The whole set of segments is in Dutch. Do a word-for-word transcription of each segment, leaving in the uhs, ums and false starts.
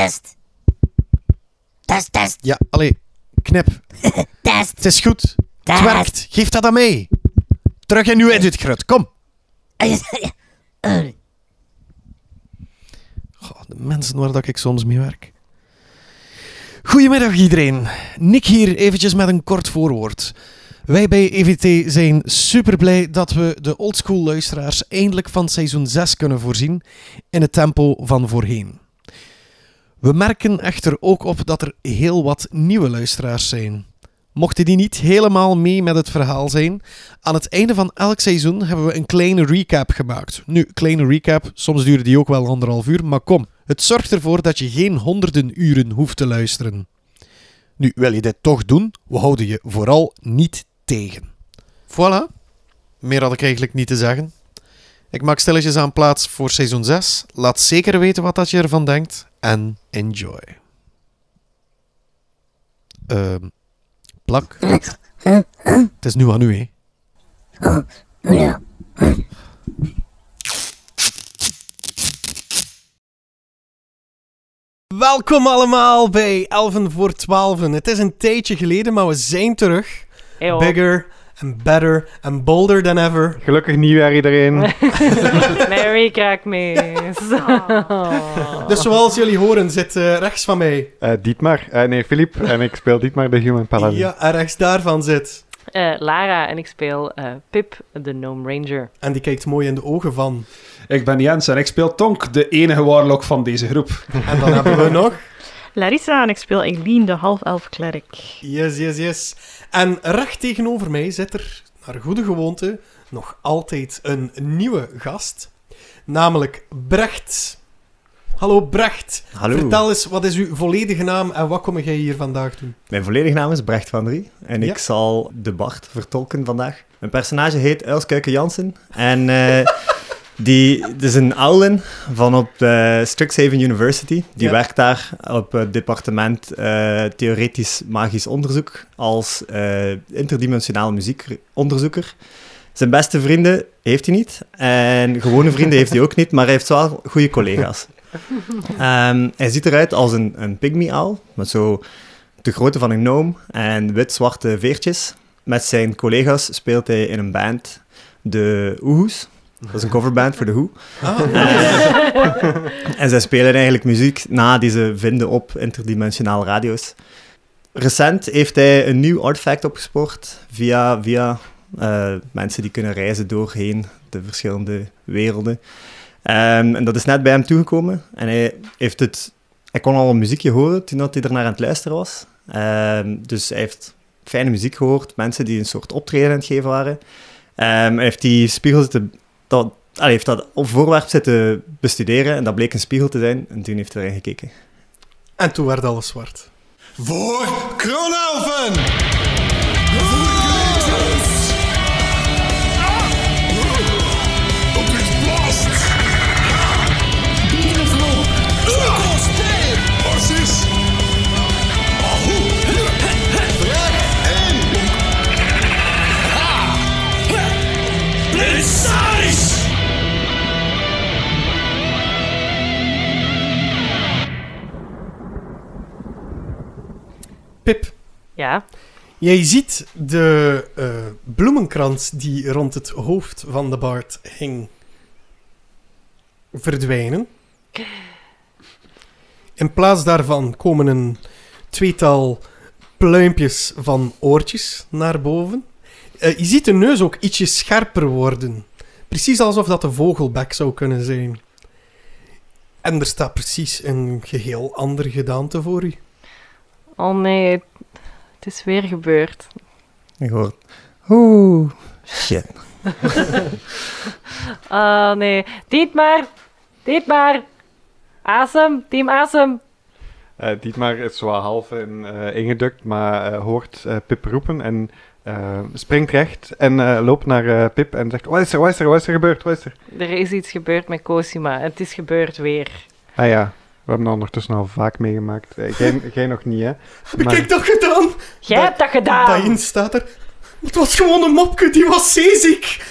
test. Test, test. Ja, allee, knip. Test. Het is goed. Test. Het werkt. Geef dat aan mij. Terug in uw editgrut, kom. Goh, de mensen waar dat ik soms mee werk. Goedemiddag iedereen. Nick hier eventjes met een kort voorwoord. Wij bij E V T zijn super blij dat we de oldschool luisteraars eindelijk van seizoen zes kunnen voorzien in het tempo van voorheen. We merken echter ook op dat er heel wat nieuwe luisteraars zijn. Mochten die niet helemaal mee met het verhaal zijn, aan het einde van elk seizoen hebben we een kleine recap gemaakt. Nu, kleine recap, soms duurt die ook wel anderhalf uur, maar kom. Het zorgt ervoor dat je geen honderden uren hoeft te luisteren. Nu, wil je dit toch doen? We houden je vooral niet tegen. Voilà. Meer had ik eigenlijk niet te zeggen. Ik maak stilletjes aan plaats voor seizoen zes. Laat zeker weten wat dat je ervan denkt. En enjoy. Ehm... Uh, Plak. Het is nu aan u, hè. Ja. Welkom allemaal bij Elven voor Twaalfen. Het is een tijdje geleden, maar we zijn terug. Heyo. Bigger and better and bolder than ever. Gelukkig nieuwjaar iedereen. Merry Kraakmees. Dus zoals jullie horen, zit uh, rechts van mij. Uh, Dietmar, uh, nee, Filip. En ik speel Dietmar de Human Paladin. Ja, en rechts daarvan zit. Uh, Lara en ik speel uh, Pip, de Gnome Ranger. En die kijkt mooi in de ogen van. Ik ben Jens en ik speel Tonk, de enige warlock van deze groep. En dan hebben we nog. Larissa en ik speel Eileen, de half-elf cleric. Yes, yes, yes. En recht tegenover mij zit er, naar goede gewoonte, nog altijd een nieuwe gast. Namelijk Brecht. Hallo Brecht. Hallo. Vertel eens, wat is uw volledige naam en wat kom jij hier vandaag doen? Mijn volledige naam is Brecht van Drie en ik Ja. zal de Bart vertolken vandaag. Mijn personage heet Uilskuiken Jansen en uh, die het is een Owlin van op de Strixhaven University. Die Ja. werkt daar op het departement uh, Theoretisch Magisch Onderzoek als uh, interdimensionaal muziekonderzoeker. Zijn beste vrienden heeft hij niet en gewone vrienden heeft hij ook niet, maar hij heeft wel goede collega's. Um, hij ziet eruit als een, een pygmy-owl, met zo de grootte van een gnome en wit-zwarte veertjes. Met zijn collega's speelt hij in een band, de Oehoes. Dat is een coverband voor de Who. Ah. Uh, en zij spelen eigenlijk muziek na die ze vinden op interdimensionale radio's. Recent heeft hij een nieuw artefact opgespoord via, via uh, mensen die kunnen reizen doorheen de verschillende werelden. Um, en dat is net bij hem toegekomen. En hij, heeft het, hij kon al een muziekje horen toen hij er naar aan het luisteren was. Um, dus hij heeft fijne muziek gehoord. Mensen die een soort optreden aan het geven waren. Um, hij heeft die spiegel zitten... Dat, allee, heeft dat op voorwerp zitten bestuderen. En dat bleek een spiegel te zijn. En toen heeft hij erin gekeken. En toen werd alles zwart. Voor Kronelven! Pip, Ja, jij ziet de uh, bloemenkrans die rond het hoofd van de Bard hing verdwijnen. In plaats daarvan komen een tweetal pluimpjes van oortjes naar boven. Uh, je ziet de neus ook ietsje scherper worden. Precies alsof dat een vogelbek zou kunnen zijn. En er staat precies een geheel andere gedaante voor u. oh nee, het is weer gebeurd. Je hoort... Oeh, shit. Oh nee, Dietmar, Dietmar, Asem, team Asem. Uh, Dietmar is zo half in, uh, ingedukt, maar uh, hoort uh, Pip roepen en uh, springt recht en uh, loopt naar uh, Pip en zegt: Wat is er, wat is er, wat is er gebeurd, wat is er? Er is iets gebeurd met Cosima, het is gebeurd weer. Ah ja, we hebben dat ondertussen al vaak meegemaakt. Uh, jij, jij nog niet, hè? Heb ik maar... dat gedaan? Jij hebt dat gedaan! Daarin staat er... Het was gewoon een mopke, die was zeeziek.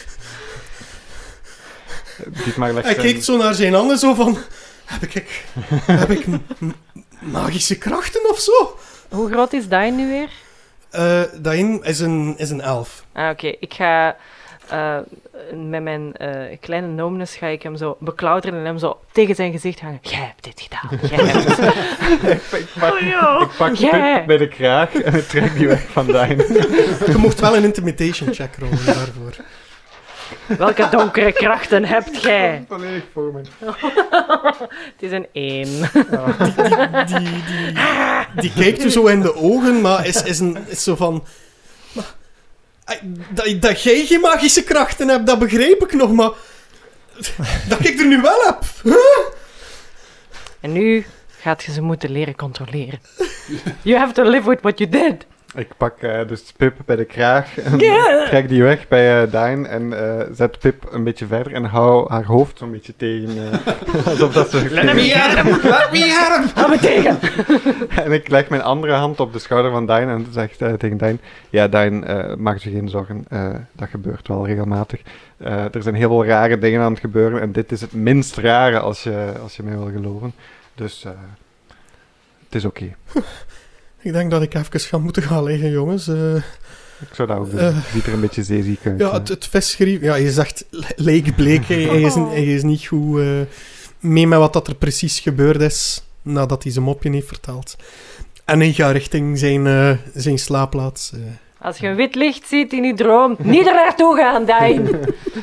Dietmar legt Hij zijn... kijkt zo naar zijn handen, zo van... Heb ik... Heb ik... magische krachten of zo. Hoe groot is Dine nu weer? Uh, Dain is een, is een elf. Ah, oké. Okay. Ik ga... Uh, met mijn uh, kleine noomnes ga ik hem zo beklauteren en hem zo tegen zijn gezicht hangen. Jij hebt dit gedaan. Jij hebt het. ik pak, oh, no. ik pak yeah. Pip bij de kraag en ik trek die weg van Dine. Je mocht wel een intimidation check rollen daarvoor. Welke donkere krachten hebt jij? Volledig voor me. Het is een één. Ja. Die, die, die, die, die kijkt u zo in de ogen, maar is, is, een, is zo van... Maar, dat, dat jij geen magische krachten hebt, dat begrijp ik nog, maar... Dat ik er nu wel heb. Huh? En nu gaat je ze moeten leren controleren. You have to live with what you did. Ik pak uh, dus Pip bij de kraag en Yeah. trek die weg bij uh, Dine en uh, zet Pip een beetje verder en hou haar hoofd zo'n beetje tegen. Uh, alsof dat ze... Let me at him! Let me at him! Hou me tegen! En ik leg mijn andere hand op de schouder van Dine en zeg uh, tegen Dine... Ja, Dine, uh, maak je geen zorgen. Uh, dat gebeurt wel regelmatig. Uh, er zijn heel veel rare dingen aan het gebeuren en dit is het minst rare als je, als je mij wil geloven. Dus uh, het is oké. Okay. Ik denk dat ik even ga moeten gaan liggen, jongens. Uh, ik zou dat ook doen. Uh, ziet er een beetje zeeziek uit. Ja, het, het visgerief... Ja, je zegt lijkbleek. Hij, hij, is, hij is niet goed uh, mee met wat dat er precies gebeurd is nadat hij zijn mopje heeft verteld. En hij gaat richting zijn, uh, zijn slaapplaats. Uh. Als je een wit licht ziet in je droom, niet er naartoe gaan, Dine.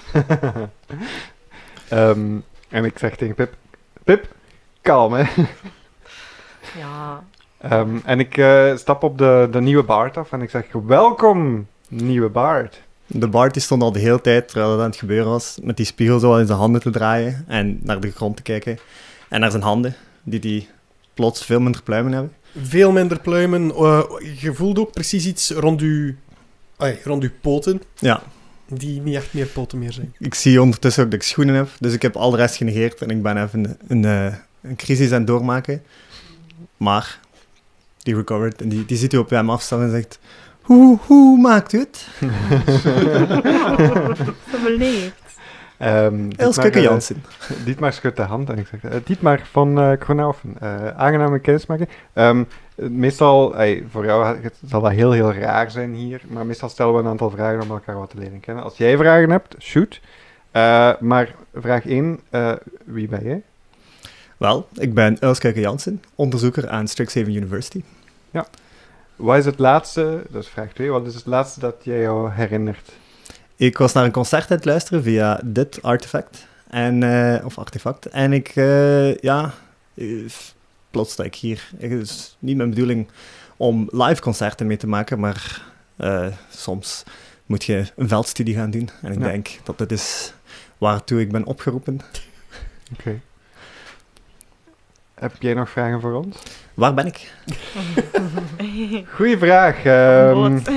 um, en ik zeg tegen Pip... Pip, kalm, hè. Ja... Um, en ik uh, stap op de, de nieuwe Bard af en ik zeg, welkom, nieuwe Bard. De Bard die stond al de hele tijd, terwijl het aan het gebeuren was, met die spiegel zo in zijn handen te draaien en naar de grond te kijken. En naar zijn handen, die die plots veel minder pluimen hebben. Veel minder pluimen. Uh, je voelt ook precies iets rond je, ay, rond uw poten. Ja. Die niet echt meer poten meer zijn. Ik zie ondertussen ook dat ik schoenen heb, dus ik heb al de rest genegeerd en ik ben even een, een, een, een crisis aan het doormaken. Maar... Die recovered en die, die ziet u op hem afstaan en zegt... Hoe, hoe maakt u het? Zo beleefd. Um, Elske Jansen. Uh, Dietmar schudt de hand en ik zeg... Uh, Dietmar van uh, Kronaufen. Uh, aangename kennismaking. Um, meestal, hey, voor jou zal dat heel, heel raar zijn hier. Maar meestal stellen we een aantal vragen om elkaar wat te leren kennen. Als jij vragen hebt, shoot. Uh, maar vraag één. Uh, wie ben jij? Wel, ik ben Elske Jansen, onderzoeker aan Strixhaven University. Ja. Wat is het laatste, dat is vraag twee, wat is het laatste dat jij jou herinnert? Ik was naar een concert aan het luisteren via dit artefact, en, uh, of artefact, en ik, uh, ja, uh, plots sta ik hier. Het is niet mijn bedoeling om live concerten mee te maken, maar uh, soms moet je een veldstudie gaan doen. En ik ja. denk dat dit is waartoe ik ben opgeroepen. Oké. Okay. Heb jij nog vragen voor ons? Waar ben ik? Goeie vraag. Um, uh,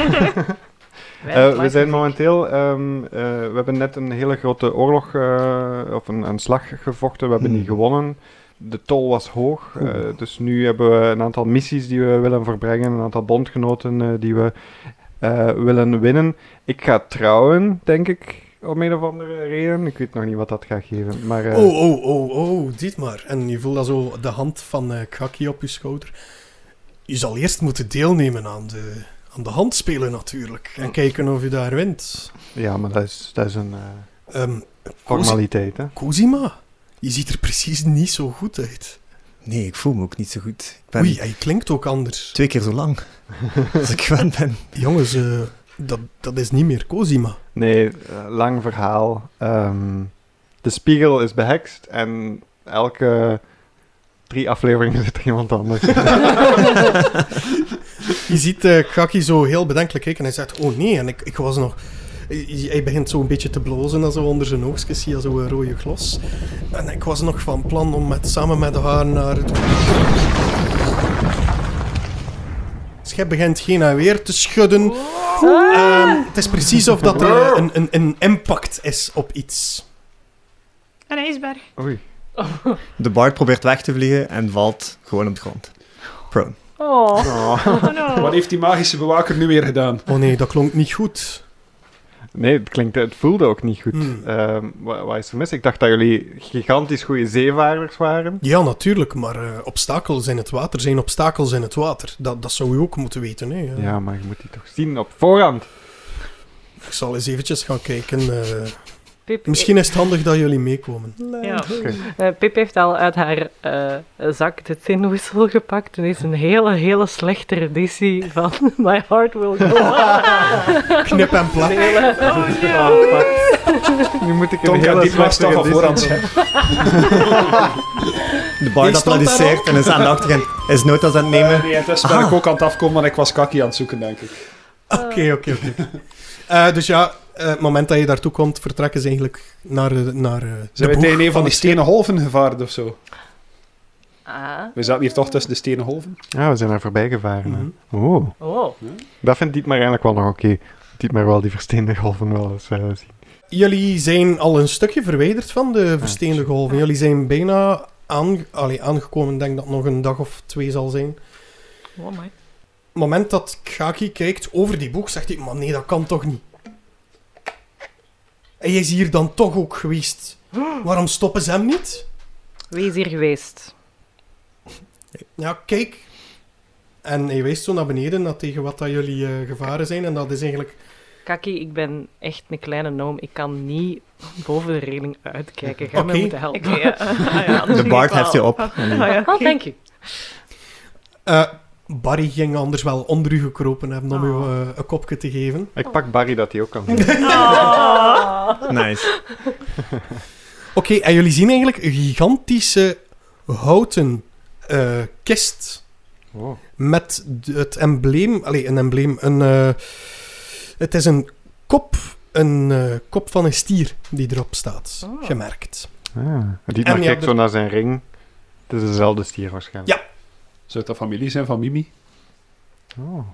we zijn momenteel... Um, uh, we hebben net een hele grote oorlog, uh, of een, een slag gevochten. We hebben hmm. die gewonnen. De tol was hoog. Uh, dus nu hebben we een aantal missies die we willen verbrengen. Een aantal bondgenoten uh, die we uh, willen winnen. Ik ga trouwen, denk ik. Om een of andere reden. Ik weet nog niet wat dat gaat geven. Maar, uh... Oh, oh, oh, oh, dit maar. En je voelt dan zo de hand van uh, Kaki op je schouder. Je zal eerst moeten deelnemen aan de, aan de handspelen natuurlijk. En kijken of je daar wint. Ja, maar dat is, dat is een uh, um, formaliteit, hè. Cosima, je ziet er precies niet zo goed uit. Nee, ik voel me ook niet zo goed. Ik ben Oei, hij klinkt ook anders. Twee keer zo lang als ik gewend ben. Jongens, uh, dat, dat is niet meer Cosima. Nee, uh, lang verhaal. Um, de spiegel is behekst en elke drie afleveringen zit er iemand anders. Je ziet uh, Kaki zo heel bedenkelijk kijken en hij zegt, oh nee, en ik, ik was nog... Hij begint zo een beetje te blozen en zo onder zijn oogstjes, zie je zo'n rode glos. En ik was nog van plan om met, samen met haar naar het... Schep begint geen en weer te schudden. Um, het is precies of dat er een, een, een impact is op iets. Een ijsberg. Oei. De Bard probeert weg te vliegen en valt gewoon op de grond. Prone. Oh. Oh no. Wat heeft die magische bewaker nu weer gedaan? Oh nee, dat klonk niet goed. Nee, het, klinkt, het voelde ook niet goed. Hmm. Ehm, wat, wat is er mis? Ik dacht dat jullie gigantisch goede zeevaarders waren. Ja, natuurlijk, maar uh, obstakels in het water zijn obstakels in het water. Dat, dat zou je ook moeten weten. Hè? Ja. Ja, maar je moet die toch zien op voorhand. Ik zal eens eventjes gaan kijken. Uh, Pip, misschien is het handig dat jullie meekomen. Ja. Okay. Uh, Pip heeft al uit haar uh, zak de tin whistle gepakt. En is een hele, hele slechte editie van My Heart Will Go On. Knip en plak. Hele... Oh, ja. Oh, fuck. Nu moet ik een Tonk hele had dit maar slechte staf van editie voorhand. De bard Die stond applaudisseert en is aandachtig en is notas aan het nemen. Uh, nee, intussen ben ik ook aan het afkomen, want ik was Kaki aan het zoeken, denk ik. Oké, oké, oké. Dus ja, uh, het moment dat je daartoe komt, vertrekken ze eigenlijk naar, uh, naar uh, Zijn de we tegen boeg een van die het stenen golven gevaren of zo? Ah. We zaten hier toch tussen de stenen golven? Ja, we zijn er voorbij gevaren. Mhm. hè. Oh, Oh. dat vindt Dietmar eigenlijk wel nog oké. Okay. Dietmar wel die versteende golven wel eens uh, zien. Jullie zijn al een stukje verwijderd van de versteende golven. Jullie zijn bijna aange- allee, aangekomen. Ik denk dat het nog een dag of twee zal zijn. Oh my. Het moment dat Gaki kijkt over die boeg, zegt hij, maar nee, dat kan toch niet. En hij is hier dan toch ook geweest. Waarom stoppen ze hem niet? Wie is hier geweest? Ja, kijk. En hij wijst zo naar beneden, naar tegen wat dat jullie uh, gevaren zijn. En dat is eigenlijk... Kaki, ik ben echt een kleine noom. Ik kan niet boven de reling uitkijken. Ga Oké. mij moeten helpen. Ik, ja, ah, ja, De bard heft je op. Ah, ja, Oh, oké. thank you. Uh, Barry ging anders wel onder u gekropen hebben om Oh. u uh, een kopje te geven. Ik pak Barry dat hij ook kan doen. Oh. Nice. Oké, okay, en jullie zien eigenlijk een gigantische houten uh, kist Oh. met d- het embleem, allez, een embleem, een, uh, het is een kop, een uh, kop van een stier die erop staat, Oh. gemerkt. Ah. Dietmar En ja, kijkt de- zo naar zijn ring. Het is dezelfde stier waarschijnlijk. Ja. Zou het dat familie zijn van Mimi? Oh.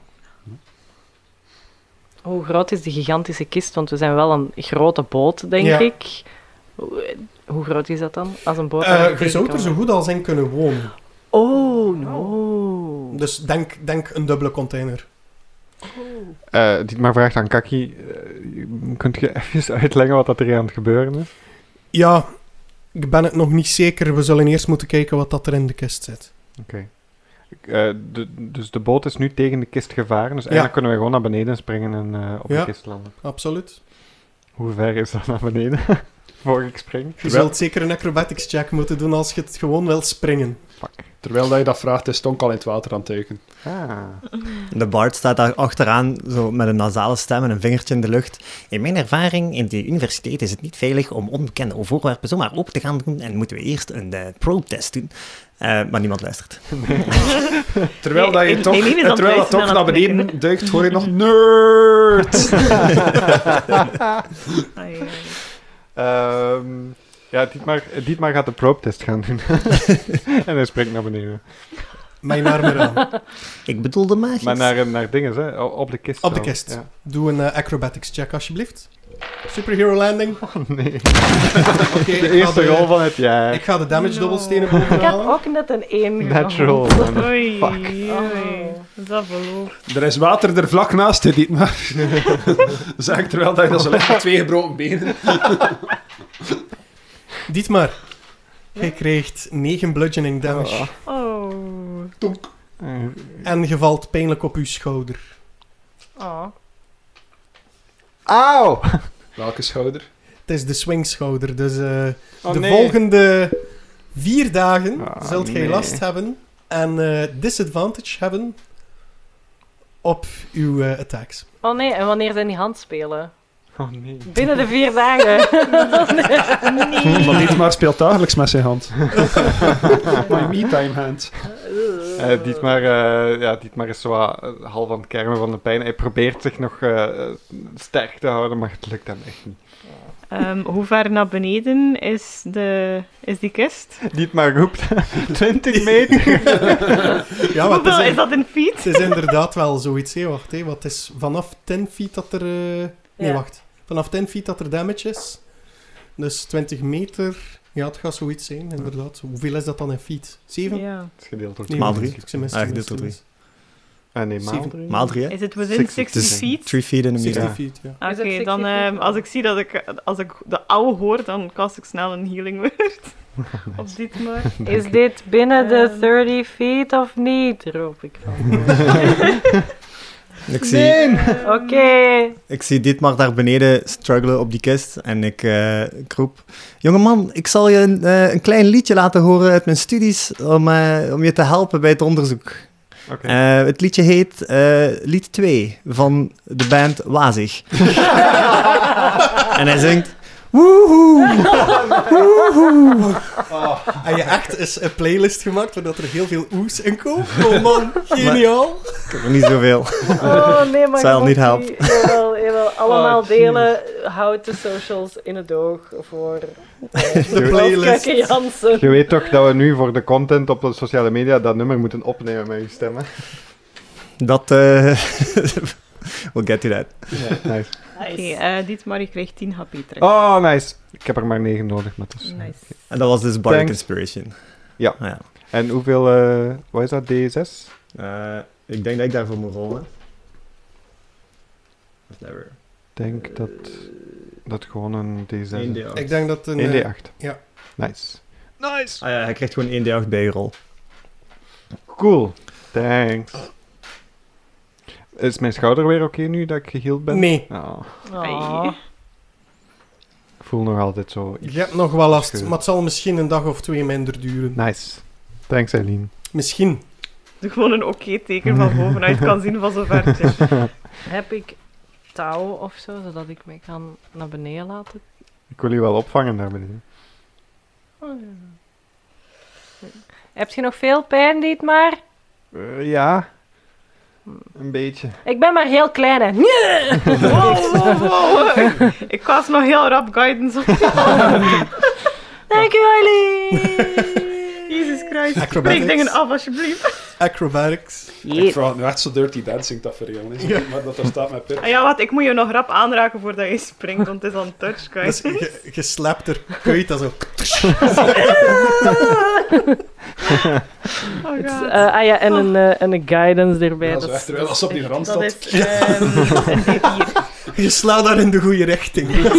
Hoe groot is die gigantische kist? Want we zijn wel een grote boot, denk Ja. ik. Hoe, hoe groot is dat dan? Als een boot... Uh, waar je tegen zou kan- er zo goed als in kunnen wonen. Oh, no. Dus denk, denk een dubbele container. Uh, Dietmar vraagt aan Kaki, uh, kunt je even uitleggen wat dat er aan het gebeuren is? Ja, ik ben het nog niet zeker. We zullen eerst moeten kijken wat dat er in de kist zit. Oké. Okay. Uh, de, dus de boot is nu tegen de kist gevaren, dus eigenlijk Ja. kunnen we gewoon naar beneden springen en uh, op Ja. de kist landen. Absoluut. Hoe ver is dat naar beneden? Voor ik spring? Je zult zeker een acrobatics check moeten doen als je het gewoon wil springen. Fuck. Terwijl dat je dat vraagt, is Tonk al in het water aan het duiken. Ah. De bard staat daar achteraan, zo met een nasale stem en een vingertje in de lucht. In mijn ervaring in de universiteit is het niet veilig om onbekende voorwerpen zomaar open te gaan doen en moeten we eerst een uh, probe-test doen. Uh, maar niemand luistert. Terwijl dat je Nee, toch, Eline is aan het terwijl dat luisteren toch en naar aan het beneden knikken. duikt, hoor je nog nerd. Ai, ai. Um, ja, Dietmar, Dietmar gaat de probe-test gaan doen. En hij springt naar beneden. Mijn arm eraan. Ik bedoelde magisch. Maar naar, naar dingen, hè? O- op de kist. Op de zo. kist. Ja. Doe een uh, acrobatics check, alsjeblieft. Superhero landing. Oh nee. Oké, De ik, ga eerste de- rol van het jaar. ik ga de damage No. dobbelstenen boven Ik heb halen. ook net een één Natural. gerold. man. Oei, Fuck. oei. Dat belooft. Er is water er vlak naast, hè, Dietmar. Zeg ik terwijl dat je dat zo ligt met twee gebroken benen. Dietmar, je krijgt negen bludgeoning damage. Oh. Oh. Uh, En je valt pijnlijk op je schouder. Oh. Auw! Welke schouder? Het is de swingschouder, dus uh, Oh, de nee. volgende vier dagen Ah, zult jij nee. last hebben en uh, disadvantage hebben op uw uh, attacks. Oh nee, en wanneer zijn die handspelen? Oh nee. Binnen de vier dagen. Want Dietmar speelt dagelijks met zijn hand. My me-time hand. Uh, Dietmar, uh, ja, Dietmar is zo wat, uh, half aan het kermen van de pijn. Hij probeert zich nog uh, sterk te houden, maar het lukt hem echt niet. Um, hoe ver naar beneden is, de, is die kist? Dietmar roept twintig meter. Ja, maar het Hoeveel is, is dat in feet? het is inderdaad wel zoiets. Hé, wacht, hé, wat is vanaf tien feet dat er... Uh, nee, Ja. wacht. Vanaf tien feet dat er damage is. Dus twintig meter. Ja, het gaat zoiets zijn, inderdaad. Hoeveel is dat dan in feet? zeven? Ja. Het is gedeeld door Nee, Maal wacht, drie. ik zei mis, Ah, mis, gedeeld door mis. Ah, nee, Zeven- maal drie. Maal drie, hè? Is het within Sixty sixty feet. feet? Three feet in a meter. zestig Ja. feet, ja. Oké, Is het sixty dan feet? ehm, als ik zie dat ik, als ik de oude hoor, dan kast ik snel een healing word. Op dit maar. Is dit binnen de Ehm. thirty feet of niet? Roep ik van. Ik zie, Oké. ik zie Dietmar daar beneden struggelen op die kist. En ik, eh, ik roep... Jongeman, ik zal je een, eh, een klein liedje laten horen uit mijn studies om, eh, om je te helpen bij het onderzoek. Oké. Eh, het liedje heet eh, lied twee van de band Wazig. En hij zingt... Woehoe! Woehoe! En je echt is een playlist gemaakt waar dat er heel veel oes in komt? Oh man, geniaal. Ik heb er niet zoveel. Oh nee, maar Zal je niet moet helpen. die- Jawel, jawel, allemaal Oh, delen. Houd de socials in het oog voor eh, De playlist. Wolfgang Jansen. Je weet toch dat we nu voor de content op de sociale media dat nummer moeten opnemen met je stemmen? Dat... eh we'll get to that. Nice. Oké, eh Dietmar, je krijgt tien H P terug. Oh, nice. Ik heb er maar negen nodig, maar dus. Nice. En dat was dus Bardic Thanks. Inspiration. Ja. Ah, ja. En hoeveel, eh wat is dat, D zes? Eh, ik denk dat ik daarvoor moet rollen. Of never. Ik denk dat dat gewoon een D zes één is. D acht. Ik denk dat een... één eh, D acht. ja. Nice. Nice. Ah ja, hij krijgt gewoon één D acht bij je rol. Cool. Thanks. Is mijn schouder weer oké nu dat ik geheeld ben? Nee, Oh, Oh. ik voel nog altijd zo... je hebt nog wel last, Scheur. maar het zal misschien een dag of twee minder duren. Nice. Thanks, Eileen. Misschien. Doe gewoon een oké-teken van bovenuit kan zien van zo ver. Heb ik touw of zo, zodat ik me kan naar beneden laten? Ik wil je wel opvangen daar beneden. Oh, ja. Heb je nog veel pijn, Dietmar? Uh, ja. Een beetje. Ik ben maar heel klein, hè. Wow, wow, wow. Ik was nog heel rap guidance op. Dank u, Eileen. Jezus Christ. Acrobatics. Spreek dingen af, alsjeblieft. Acrobatics. Ik vraag nu echt zo Dirty Dancing tafereel. Is het maar dat er staat met Pip. Ah ja, wat, ik moet je nog rap aanraken voordat je springt, want het is aan touch, Dus guys. je, je slapt er kuit dat zo. Oh Het is, god. eh, ah ja, en een, eh, en een guidance erbij. Ja, dat zo is- echt terwijl als ze op die rand Dat is staat. ehm, een D vier. Je slaat daar in de goede richting. Dat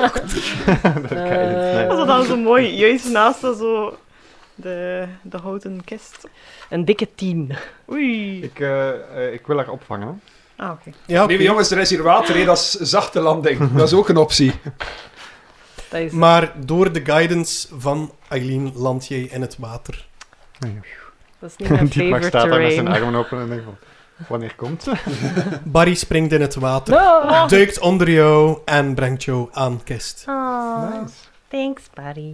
Eh, Was dat dan zo mooi, juist naast dat zo de, de houten kist. Een dikke tien. Oei. Ik, eh, eh, ik wil haar opvangen. Ah, oké. Ja, Nee, oké. jongens, er is hier water, hè. Dat is zachte landing. Dat is ook een optie. Dat is, Maar door de guidance van Eileen land jij in het water. dat is niet mijn Dietmar favorite staat daar met zijn terrain. armen open en denkt van... Wanneer komt ze? Barry springt in het water, No. duikt onder jou en brengt jou aan kist. Oh, Nice. thanks, buddy.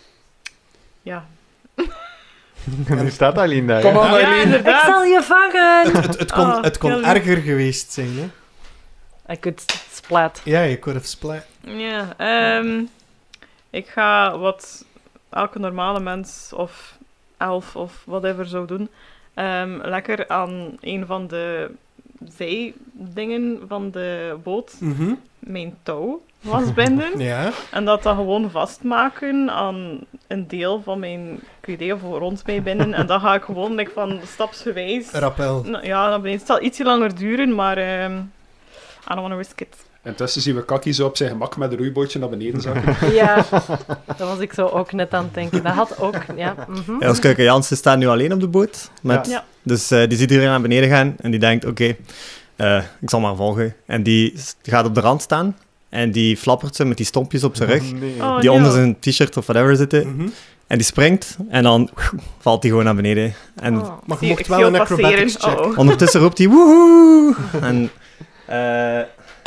Ja. En nu staat Eileen daar. Kom hè? aan, Ja, Eileen. Ik inderdaad. zal je vangen. Het, het, het kon, Oh, het kon heel lief. erger geweest zijn, hè? I could splat. Ja, je could have splat. Ja, ehm, ik ga wat elke normale mens of elf of whatever zou doen, ehm, lekker aan een van de zijdingen van de boot Mhm. mijn touw vastbinden. Ja. En dat dan gewoon vastmaken aan een deel van mijn Q D of rond mij binnen. En dan ga ik gewoon like, van stapsgewijs... Rappel. Nou, ja, naar beneden. Het zal ietsje langer duren, maar... ehm I don't want to risk it. Intussen zien we Kakkie zo op zijn gemak met een roeibootje naar beneden zakken. Ja, dat was ik zo ook net aan het denken. Dat had ook, ja. mhm. Ja, ons Kuiken Jansen staat nu alleen op de boot. Met, Ja. Dus eh, die ziet iedereen naar beneden gaan en die denkt, oké, eh, ik zal maar volgen. En die s- gaat op de rand staan en die flappert ze met die stompjes op zijn rug, Nee. Oh, die nee. onder zijn t-shirt of whatever zitten. Mhm. En die springt en dan valt hij gewoon naar beneden. En Oh. Maar je Zie- mocht ik wel zie een jou passeren. acrobatics check. Oh, oh. ondertussen roept hij woehoe! En eh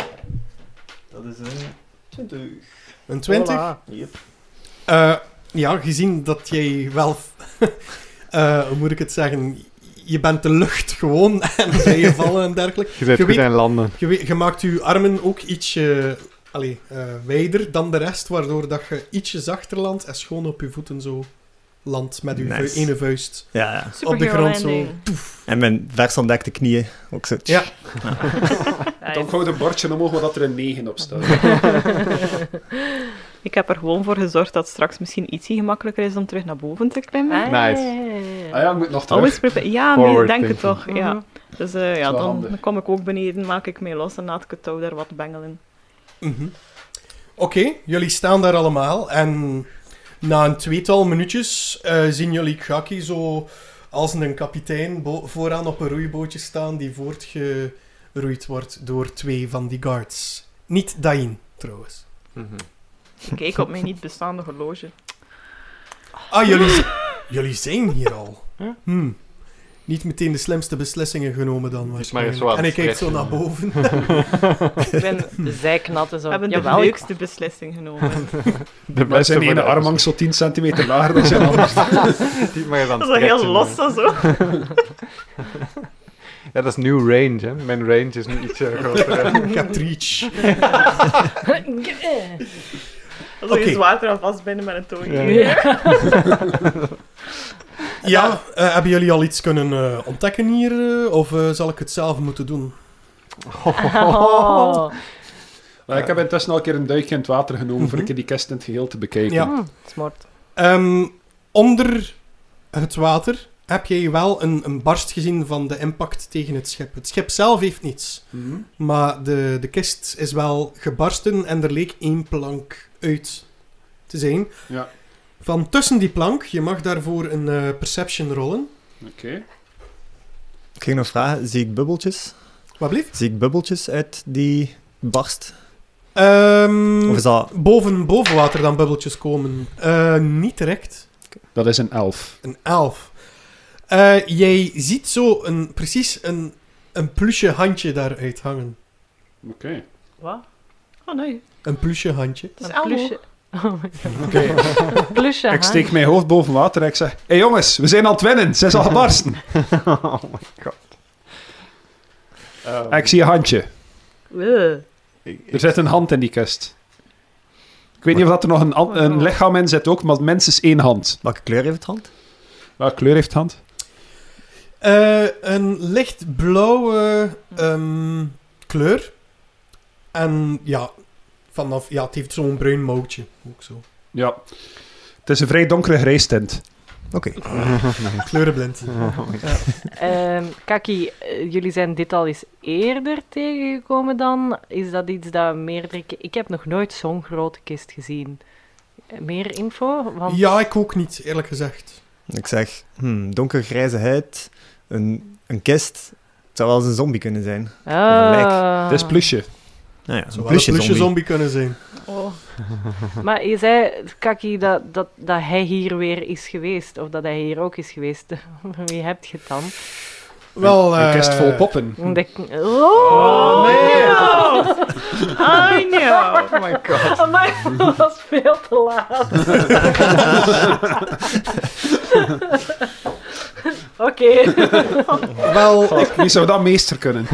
dat is een twintig. Een twintig? Voilà. Yep. Eh, ja, gezien dat jij wel... eh, hoe moet ik het zeggen? Je bent de lucht gewoon en vrije vallen en dergelijke. Je bent Je goed weet- aan landen. Je, weet- je maakt je armen ook ietsje allee, eh, wijder dan de rest, waardoor dat je ietsje zachter landt en schoon op je voeten zo landt met je Nice. vu- ene vuist. Ja, ja. Op de Superhero grond zo. landing. En mijn vers ontdekte knieën ook zo. Ja. Dan houdt een bordje omhoog waar dat er een negen op staat. Ik heb er gewoon voor gezorgd dat het straks misschien ietsje gemakkelijker is om terug naar boven te klimmen. Ah, Nice. ja, ja, ja. Ah ja, ik moet nog terug. Always prepare. Ja, nee, Forward denk het thinking. toch. Ja. Dus uh, ja, dan, handig. dan kom ik ook beneden, maak ik mee los en laat ik het touw daar wat bengelen. Mm-hmm. Oké, okay, jullie staan daar allemaal en na een tweetal minuutjes uh, zien jullie Gaki zo als een kapitein bo- vooraan op een roeibootje staan die voortgeroeid wordt door twee van die guards. Niet Dain, trouwens. Mm-hmm. Ik kijk op mijn niet bestaande horloge. Ah, jullie, z- jullie zijn hier al. Hmm. Niet meteen de slimste beslissingen genomen dan waarschijnlijk. Maar en ik kijk zo naar boven. Ik ben zijknat en zo. We hebben de Jawel, ik- leukste beslissing genomen. De Wij zijn voor ene de armhang zo tien centimeter lager dan zijn anders. Die mag je dan Dat is wel heel stretchen, los hè. en zo. Ja, dat is nieuw range, hè. Mijn range is nu iets uh, groter. hè. Ik heb reach. Dat is Oké. je zwaarder aan vastbinden met een touw. Ja. Ja. Ja, uh, hebben jullie al iets kunnen uh, ontdekken hier? Uh, of uh, zal ik het zelf moeten doen? Oh. Maar ik heb intussen al een keer een duikje in het water genomen Mhm. voor een keer die kist in het geheel te bekijken. Ja. Mm, smart. Um, onder het water heb jij wel een, een barst gezien van de impact tegen het schip. Het schip zelf heeft niets. Mhm. Maar de, de kist is wel gebarsten en er leek één plank uit te zijn. Ja. Van tussen die plank, je mag daarvoor een uh, perception rollen. Oké. Okay. Ik ging nog vragen, zie ik bubbeltjes? Wat blieft? Zie ik bubbeltjes uit die barst? Um, Of is dat... boven, boven water dan bubbeltjes komen. Uh, niet direct. Dat is een elf. Een elf. Uh, jij ziet zo een, precies een, een plusje handje daaruit hangen. Oké. Okay. Wat? Oh nee, Een plusje handje. het is Een Elmo. plusje. Oh my god. Okay. Een plusje Ik steek mijn hoofd boven water en ik zeg... Hé hey jongens, we zijn aan het winnen. Ze is al gebarsten. Oh my god. Um, En ik zie een handje. Uh. ik, Er zit een hand in die kist. Ik weet niet of dat er nog een, an- een lichaam in zit ook, maar minstens één hand. Welke kleur heeft het hand? Welke kleur heeft het hand? Uh, een lichtblauwe um, kleur. En ja, vanaf, ja, het heeft zo'n bruin mouwtje. Ook zo. Ja. Het is een vrij donkere grijstint. Oké. Okay. Kleurenblind. Um, Kaki, uh, jullie zijn dit al eens eerder tegengekomen dan? Is dat iets dat meerdere ke- Ik heb nog nooit zo'n grote kist gezien. Uh, Meer info? Want... Ja, ik ook niet, eerlijk gezegd. Ik zeg, hmm, donkergrijze huid, een, een kist. Het zou wel eens een zombie kunnen zijn. Ah. Het is plusje. Nou ja, Het een zou wel een plusje plusje zombie. zombie kunnen zijn. Oh. Maar je zei, Kaki, dat, dat, dat hij hier weer is geweest. Of dat hij hier ook is geweest. Wie heb je het dan? Wel, Een uh, kist vol poppen. De... Oh, Oh, nee! I know! Oh my god. Amai, dat was veel te laat. Oké. Wel, Ik, wie zou dat meester kunnen?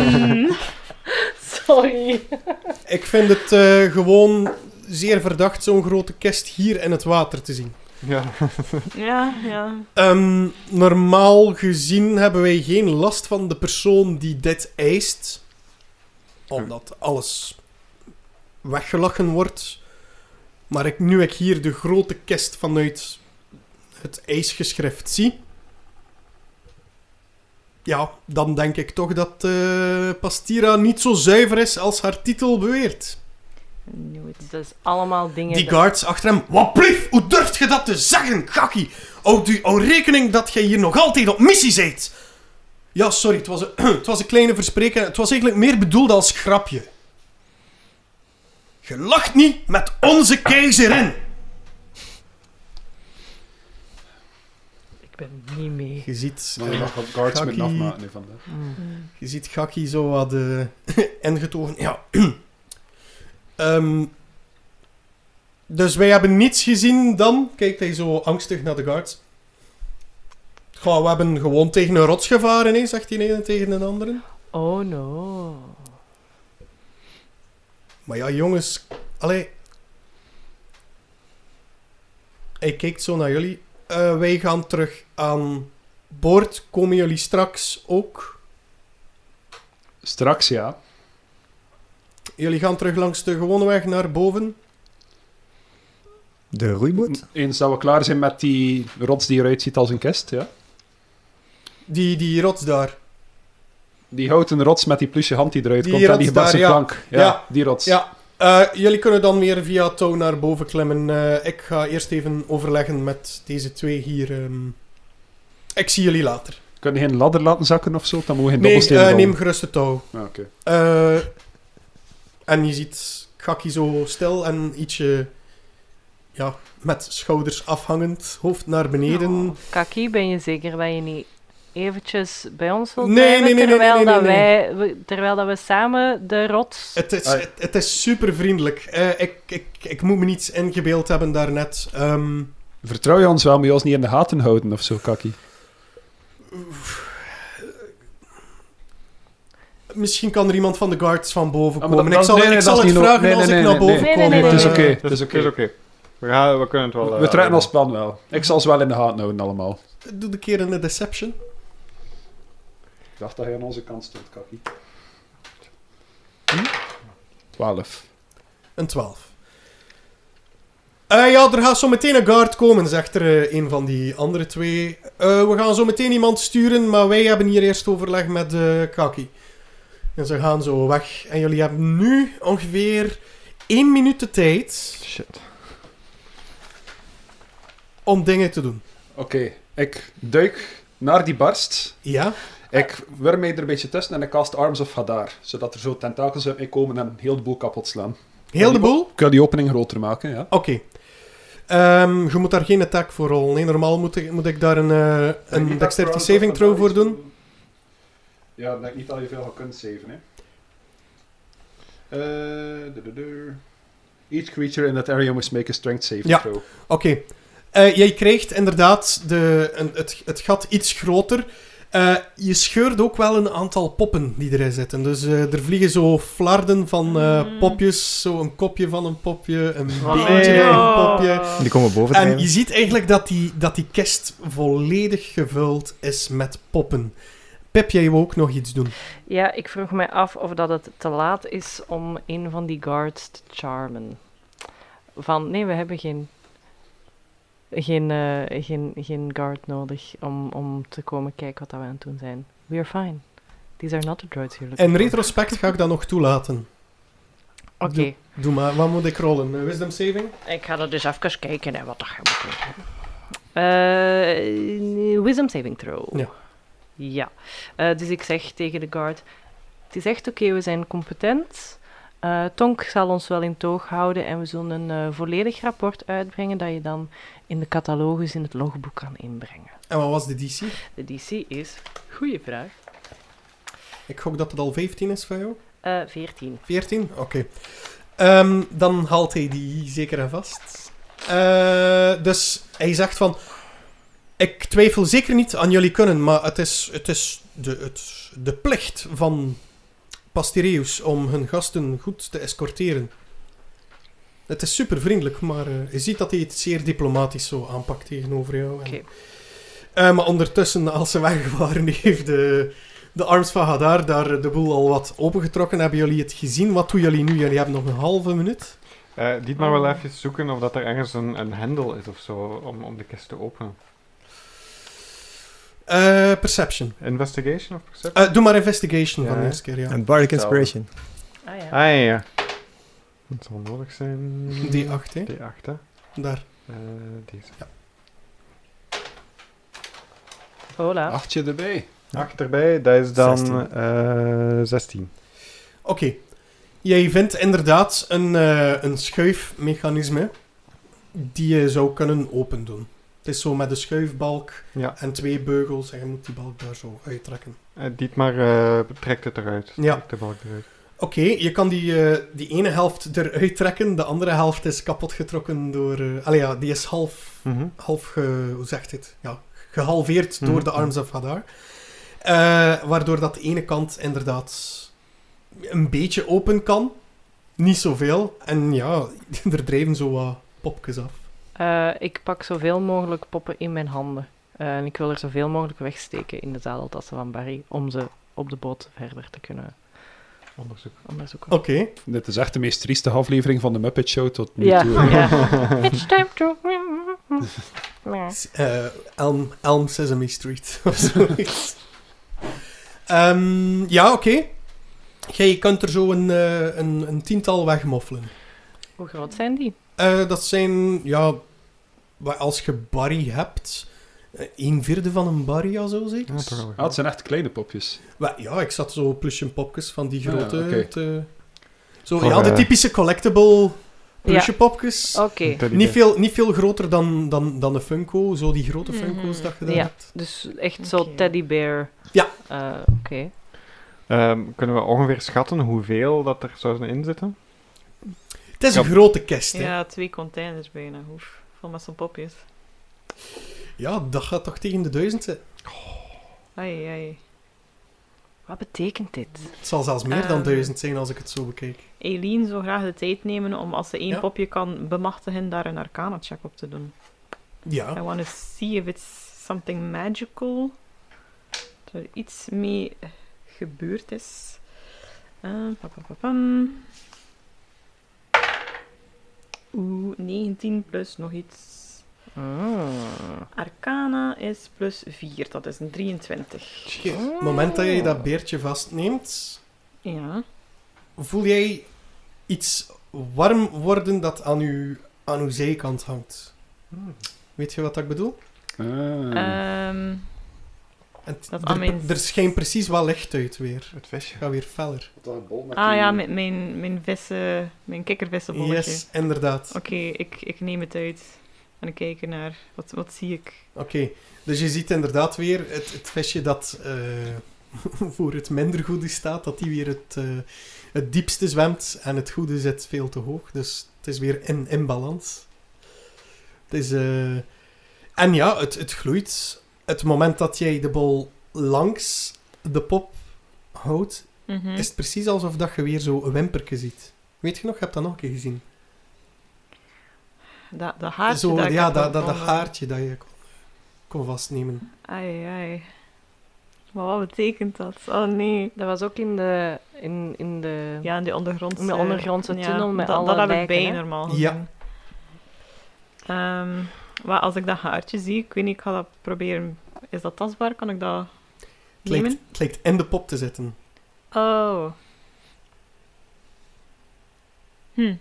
Sorry. ik vind het uh, gewoon zeer verdacht zo'n grote kist hier in het water te zien. Ja. Ja, ja. Um, normaal gezien hebben wij geen last van de persoon die dit eist. Omdat alles weggelachen wordt. Maar ik, nu ik hier de grote kist vanuit het ijsgeschrift zie... Ja, dan denk ik toch dat uh, Pastira niet zo zuiver is als haar titel beweert. Dat is allemaal dingen... Die dat- guards achter hem. Wat blief, hoe durft je dat te zeggen, Gaki? Houd u hou rekening dat jij hier nog altijd op missie bent. Ja, sorry, het was, een, het was een kleine verspreking. Het was eigenlijk meer bedoeld als grapje. Je lacht niet met onze keizerin. Ik ben niet mee. Je ziet, Maar je uh, mag wat guards Gaki- moeten afmaken nu vandaag. je ziet Gaki zo wat uh, ingetogen. Ja. um, dus wij hebben niets gezien dan. Kijkt hij zo angstig naar de guards. Goh, we hebben gewoon tegen een rots gevaren, hè, zegt die ene tegen de andere. Oh no. Maar ja, jongens, allee. Hij kijkt zo naar jullie. Uh, wij gaan terug aan boord. Komen jullie straks ook? Straks, ja. Jullie gaan terug langs de gewone weg naar boven. De roeiboot? Eens dat we klaar zijn met die rots die eruit ziet als een kist, ja. Die, die rots daar. Die houten rots met die plusje hand die eruit Die komt en die rots daar, gebarsten ja. plank. Ja, Ja. die rots. Ja, eh, jullie kunnen dan weer via touw naar boven klimmen. Eh, ik ga eerst even overleggen met deze twee hier. ehm. Ik zie jullie later. Kun je geen ladder laten zakken of zo? Dan moet je geen Nee, dobbelstenen eh, rollen. neem gerust de touw. Ah, oké. Eh, en je ziet Gakki zo stil en ietsje... Ja, met schouders afhangend, hoofd naar beneden. Kaki, ben je zeker dat je niet eventjes bij ons wilt Nee, blijven, nee, nee, nee, terwijl, nee, nee, dat nee. Wij, we- terwijl dat we samen de rots... Het is, Ah. het, het is super vriendelijk. Eh, ik, ik, ik moet me niets ingebeeld hebben daarnet. Ehm Vertrouw je ons wel, moet je ons niet in de gaten houden of zo, Kaki? Misschien kan er iemand van de guards van boven Ah, maar komen. dat- ik zal, nee, nee, ik dat zal is het niet no- vragen nee, als nee, ik nee, naar boven nee, kom. nee, nee, Het is eh. oké, het Dus is het is oké. oké. We, gaan- we kunnen het wel... We eh, trekken ons plan wel. Ik zal ze wel in de gaten houden allemaal. Doe de keer een deception. Ik dacht dat hij aan onze kant stond, Kaki. Hm? twaalf. Een twaalf. Eh, ja, er gaat zo meteen een guard komen, zegt er eh, een van die andere twee. Eh, we gaan zo meteen iemand sturen, maar wij hebben hier eerst overleg met eh Kaki. En ze gaan zo weg. En jullie hebben nu ongeveer één minuut de tijd Shit. om dingen te doen. Oké, ik duik naar die barst. Ja? Ik wurm mij er een beetje tussen en ik cast Arms of Hadar. Zodat er zo tentakels uit mij komen en heel de boel kapot slaan. Heel de boel? Ik wil die opening groter maken, ja. Oké. Ehm, je moet daar geen attack voor rollen. Nee, normaal moet ik, moet ik daar een, eh, een dexterity saving throw voor doen. Ja, ik denk niet dat je veel gaat kunnen saven, hè. Eh, du- du- du. Each creature in that area must make a strength saving Ja. throw. Oké. Eh, jij krijgt inderdaad de, een, het, het gat iets groter. Eh, je scheurt ook wel een aantal poppen die erin zitten. Dus eh, er vliegen zo flarden van eh, Mm. popjes. Zo een kopje van een popje, een Oh, beentje nee. van een popje. Die komen boven En drijven. je ziet eigenlijk dat die, dat die kist volledig gevuld is met poppen. Pip, jij wil ook nog iets doen? Ja, ik vroeg mij af of dat het te laat is om een van die guards te charmen. Van, nee, we hebben geen, geen, eh, geen, geen guard nodig om, om te komen kijken wat dat we aan het doen zijn. We are fine. These are not the droids here. In retrospect ga ik dat nog toelaten. Oké, Doe, doe maar, wat moet ik rollen? Eh, Wisdom saving? ik ga er dus even kijken naar wat dat gaat doen. Eh, wisdom saving throw. Ja. Ja. Eh, dus ik zeg tegen de guard, het is echt oké, we zijn competent. Eh, Tonk zal ons wel in toog houden en we zullen een eh, volledig rapport uitbrengen dat je dan in de catalogus in het logboek kan inbrengen. En wat was de D C? De D C is, goeie vraag, Ik gok dat het al vijftien is van jou. eh veertien. veertien? Oké. Ehm, dan haalt hij die zeker en vast. Eh, dus hij zegt van... Ik twijfel zeker niet aan jullie kunnen, maar het is, het is de, het, de plicht van Pastireus om hun gasten goed te escorteren. Het is super vriendelijk, maar eh, je ziet dat hij het zeer diplomatisch zo aanpakt tegenover jou. En, Oké. eh, maar ondertussen, als ze weg waren, heeft de, de Arms van Hadar daar de boel al wat opengetrokken. Hebben jullie het gezien? Wat doen jullie nu? Jullie hebben nog een halve minuut. Eh Dietmar wil even zoeken of dat er ergens een, een hendel is of zo om, om de kist te openen. Eh, perception. Investigation of perception? Eh, doe maar investigation Ja, van de hè? eerste keer, ja. En Bardic Inspiration. Ah ja. Ah ja, ja. Dat zal nodig zijn. D acht, hè? D acht, hè. Daar. Eh, deze. Hola. Achtje erbij. acht erbij, dat is dan zestien. eh, zestien. Oké. Jij vindt inderdaad een, eh, een schuifmechanisme die je zou kunnen opendoen. Het is zo met een schuifbalk Ja. en twee beugels en je moet die balk daar zo uittrekken. Eh, Dietmar eh, trekt het eruit. Ja. Trekt de balk eruit. Oké, je kan die, eh, die ene helft eruit trekken, de andere helft is kapotgetrokken door... eh allee ja, die is half, Mhm. half ge, hoe zegt dit? Ja, gehalveerd door Mhm. de Arms of Hadar. Eh, waardoor dat de ene kant inderdaad een beetje open kan. Niet zoveel. En ja, er drijven zo wat popjes af. Eh, ik pak zoveel mogelijk poppen in mijn handen. Eh, en ik wil er zoveel mogelijk wegsteken in de zadeltassen van Barry, om ze op de boot verder te kunnen Onderzoek. onderzoeken. Oké. Dit is echt de meest trieste aflevering van de Muppet Show tot nu Ja, toe. ja. It's time to... S- eh, Elm, Elm Sesame Street of zoiets. Um, ja, oké. Okay. Jij kunt er zo een, uh, een, een tiental wegmoffelen. Hoe groot zijn die? Uh, dat zijn, ja... Als je Barry hebt... Uh, een vierde van een Barry, al zo zeker? Ja, toch ah, het zijn echt kleine popjes. Well, ja, ik zat zo plusje popjes van die grote... Ah, ja, okay. te... Zo, Voor, ja, de typische collectible plusje ja. popjes. Oké. Okay. Niet veel, niet veel groter dan, dan, dan een Funko. Zo die grote Funko's mm. dat je daar ja, hebt. Dus echt okay. zo teddybear. Ja. Uh, Oké. Okay. Um, kunnen we ongeveer schatten hoeveel dat er zouden inzitten? Het is een ja. grote kist, hè? Ja, twee containers bijna. Oef, vol met zo'n popjes. Ja, dat gaat toch tegen de duizend zijn? Oh. Ai, ai. Wat betekent dit? Het zal zelfs meer um, dan duizend zijn als ik het zo bekijk. Eileen zou graag de tijd nemen om als ze één ja. popje kan bemachtigen, daar een arcana-check op te doen. Ja. I want to see if it's something magical. Dat er iets mee gebeurd is. Uh, papapapam. Oeh, negentien plus nog iets. Oh. Arcana is plus vier, dat is een drieëntwintig. Op het moment dat je dat beertje vastneemt, ja. voel jij iets warm worden dat aan je, aan uw zijkant hangt. Hmm. Weet je wat ik bedoel? Ah. Um, en t- er, mijn... er schijnt precies wat licht uit weer. Het visje gaat weer feller. Ah die... ja, met mijn, mijn vissen, mijn kikkervissenbolletje. Yes, inderdaad. Oké, okay, ik, ik neem het uit. En ik kijk naar, wat, wat zie ik? Oké, okay, dus je ziet inderdaad weer het, het visje dat uh, voor het minder goede staat, dat die weer het, uh, het diepste zwemt en het goede zit veel te hoog. Dus het is weer in, in balans. Het is, uh, en ja, het, het gloeit. Het moment dat jij de bol langs de pop houdt, mm-hmm. is het precies alsof dat je weer zo een wimperke ziet. Weet je nog? Je hebt dat nog een keer gezien. Dat, dat haartje Zo, dat ja, dat, dat, dat haartje dat je kon, kon vastnemen. Ai, ai. Maar wat betekent dat? Oh nee. Dat was ook in de... In, in de ja, in de ondergrondse... In de ondergrondse tunnel ja, met dat, alle dat heb lijken, ik bij hè? normaal gezien. Ja. Um, maar als ik dat haartje zie, ik weet niet, ik ga dat proberen... Is dat tastbaar? Kan ik dat het nemen? Lijkt, het lijkt in de pop te zitten. Oh. Hm.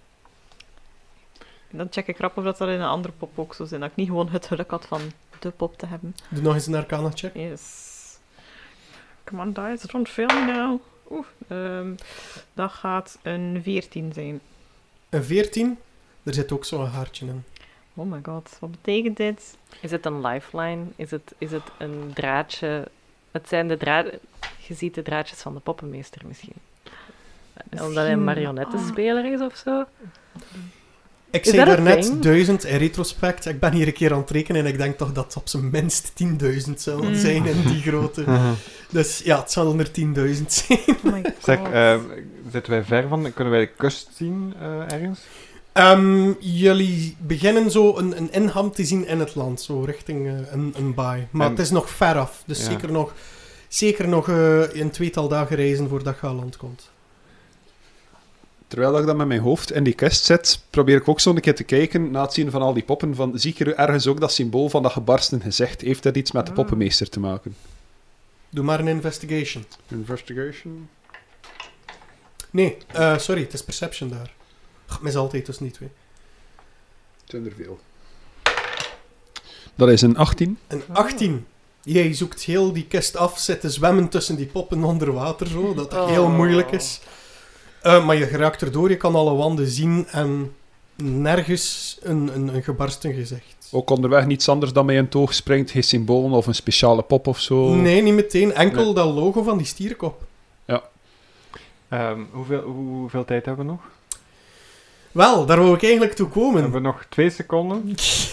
Dan check ik rap of dat er in een andere pop ook zo zijn. Dat ik niet gewoon het geluk had van de pop te hebben. Doe nog eens een arcana check. Yes. Come on, dice. Don't fail me now. Oeh. Um, dat gaat een veertien zijn. Een veertien? Er zit ook zo'n haartje in. Oh my god. Wat betekent dit? Is het een lifeline? Is het, is het een draadje? Het zijn de draadjes... Je ziet de draadjes van de poppenmeester misschien. misschien. Omdat hij een marionettenspeler oh. is of zo. Ik zei daarnet duizend in retrospect. Ik ben hier een keer aan het rekenen en ik denk toch dat het op zijn minst tienduizend zal mm. zijn in die grote. Dus ja, het zal er tienduizend zijn. Oh zeg, uh, zitten wij ver van? Kunnen wij de kust zien uh, ergens? Um, jullie beginnen zo een, een inham te zien in het land, zo richting uh, een, een baai. Maar en, het is nog ver af, dus ja. zeker nog, zeker nog uh, een tweetal dagen reizen voordat je aan land komt. Terwijl ik dan met mijn hoofd in die kist zit, probeer ik ook zo een keer te kijken, na het zien van al die poppen, van, zie ik er ergens ook dat symbool van dat gebarsten gezicht? Heeft dat iets met de poppenmeester te maken? Doe maar een investigation. Investigation? Nee, uh, sorry, het is perception daar. Ach, mis altijd, dus niet twee. Het zijn er veel. Dat is een achttien. Een achttien. Jij zoekt heel die kist af, zit te zwemmen tussen die poppen onder water, zo, dat het oh. heel moeilijk is. Uh, maar je geraakt erdoor, je kan alle wanden zien en nergens een, een, een gebarsten gezicht. Ook onderweg niets anders dan mij in het oog springt, geen symbool of een speciale pop of zo? Nee, niet meteen. Enkel nee. dat logo van die stierenkop. Ja. Um, hoeveel, hoeveel tijd hebben we nog? Wel, daar wou ik eigenlijk toe komen. Hebben we nog twee seconden?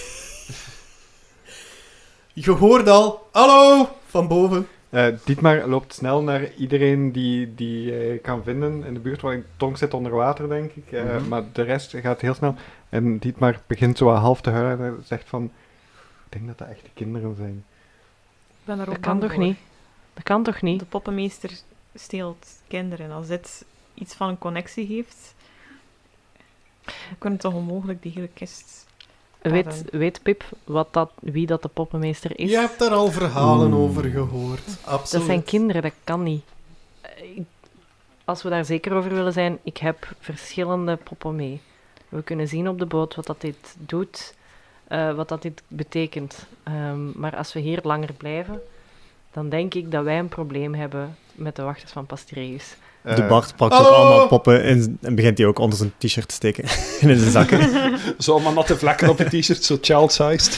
Je hoort al, hallo, van boven. Uh, Dietmar loopt snel naar iedereen die, die uh, kan vinden in de buurt, want Tonk zit onder water, denk ik. Uh, mm-hmm. Maar de rest gaat heel snel. En Dietmar begint zo half te huilen en zegt van... Ik denk dat dat echte kinderen zijn. Ik ben er ook dat kan toch voor. niet? Dat kan toch niet? De poppenmeester steelt kinderen. Als dit iets van een connectie heeft, dan kunnen het toch onmogelijk die hele kist... weet, weet Pip wat dat, wie dat de poppenmeester is? Je hebt daar al verhalen Oeh. over gehoord. Absoluut. Dat zijn kinderen, dat kan niet. Ik- Als we daar zeker over willen zijn, ik heb verschillende poppen mee. We kunnen zien op de boot wat dat dit doet, eh, wat dat dit betekent. Ehm, maar als we hier langer blijven, dan denk ik dat wij een probleem hebben met de wachters van Pastireus. De Eh, Bart pakt hallo? ook allemaal poppen in, en begint die ook onder zijn t-shirt te steken. in zijn zakken. Zo allemaal natte vlekken op je t-shirt, zo child-sized.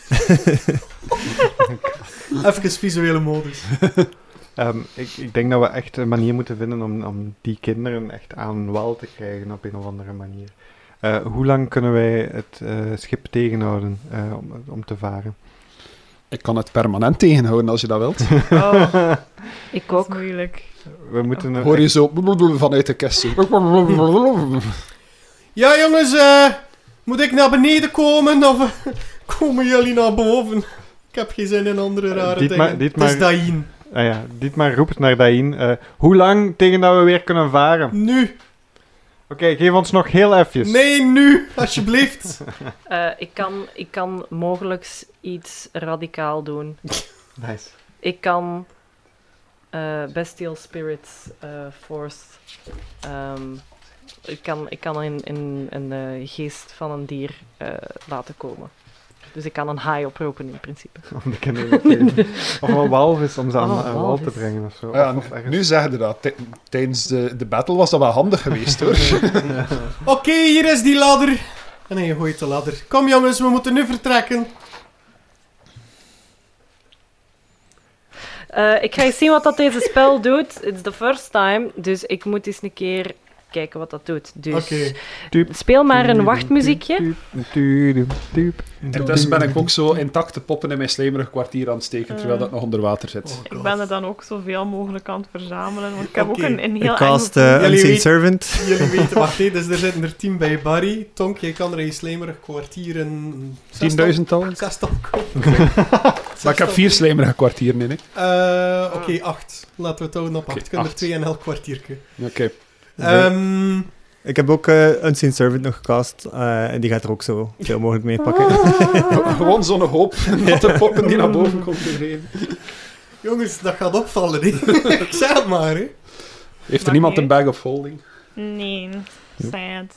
Even visuele modus. Ehm, ik, ik denk dat we echt een manier moeten vinden om, om die kinderen echt aan wal te krijgen op een of andere manier. Eh, hoe lang kunnen wij het eh, schip tegenhouden eh, om, om te varen? Ik kan het permanent tegenhouden als je dat wilt. Oh, Ik dat is ook. moeilijk. We moeten er Hoor je echt- zo vanuit de kist. zo. Ja, jongens, eh, moet ik naar beneden komen of eh, komen jullie naar boven? Ik heb geen zin in andere Eh, rare Dietmar- dingen. Dietmar- Het is Dain. Ah ja, Dietmar roept naar Dain. eh, hoe lang tegen dat we weer kunnen varen? Oké, Nu. geef ons nog heel even. Nee, nu. Alsjeblieft. Eh, ik, kan, ik kan mogelijk iets radicaal doen. Nice. Ik kan eh, Bestial Spirits eh, Force. ehm, ik kan, ik kan een, een, een eh, geest van een dier eh, laten komen. Dus ik kan een haai oproepen in principe. Om de kinderen te geven. Of een walvis om ze aan, Oh, aan wal walvis. te brengen of zo. Ja, Of- of ergens- nu zeggen ze dat. Tij- Tijdens de, de battle was dat wel handig geweest, hoor. Oké, hier is die ladder. En nee, je gooit de ladder. Kom jongens, we moeten nu vertrekken. Eh, ik ga eens zien wat dat deze spel doet. It's the first time, dus ik moet eens een keer kijken wat dat doet. Dus Oké. Tuup, speel maar een tuup, wachtmuziekje. tuup, tuup, tuup. Intussen ben ik ook zo intacte poppen in mijn slijmerig kwartier aan het steken, terwijl dat nog onder water zit. Oh, Ik God. ben er dan ook zoveel mogelijk aan het verzamelen, want ik heb Oké. ook een, een Ik heel cast enge- eh, Jullie Unseen weten- Servant. Jullie weten, wacht, hé, dus er zitten er tien bij Barry. Tonk, jij kan er een slijmerig kwartier in... tienduizendtal? Zestal. Maar ik heb vier slijmerige kwartieren in, hè. Eh, Oké, acht. Laten we het houden op acht. Oké, Ik kan er acht. twee in elk kwartiertje. Oké. Ehm Ik heb ook eh Unseen Servant nog gecast. eh, en die gaat er ook zo veel mogelijk mee pakken. Gewoon zo'n hoop natte poppen die naar boven komt te geven. jongens, dat gaat opvallen, hè. Ik zei het maar, hè. Heeft er Mag niemand niet. een bag of holding? Nee, sad.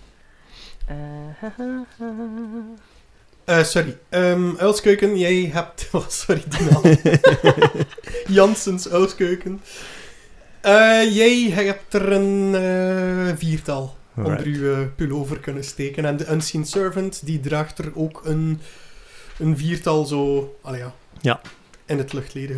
Eh, Eh, sorry. Ehm Uilskeuken, jij hebt... Oh, sorry, die naam. Janssens Uilskeuken. Eh, jij hebt er een eh, viertal onder Alright. uw eh, pullover kunnen steken. En de Unseen Servant, die draagt er ook een, een viertal zo... Allee, ja. Ja. In het luchtledige.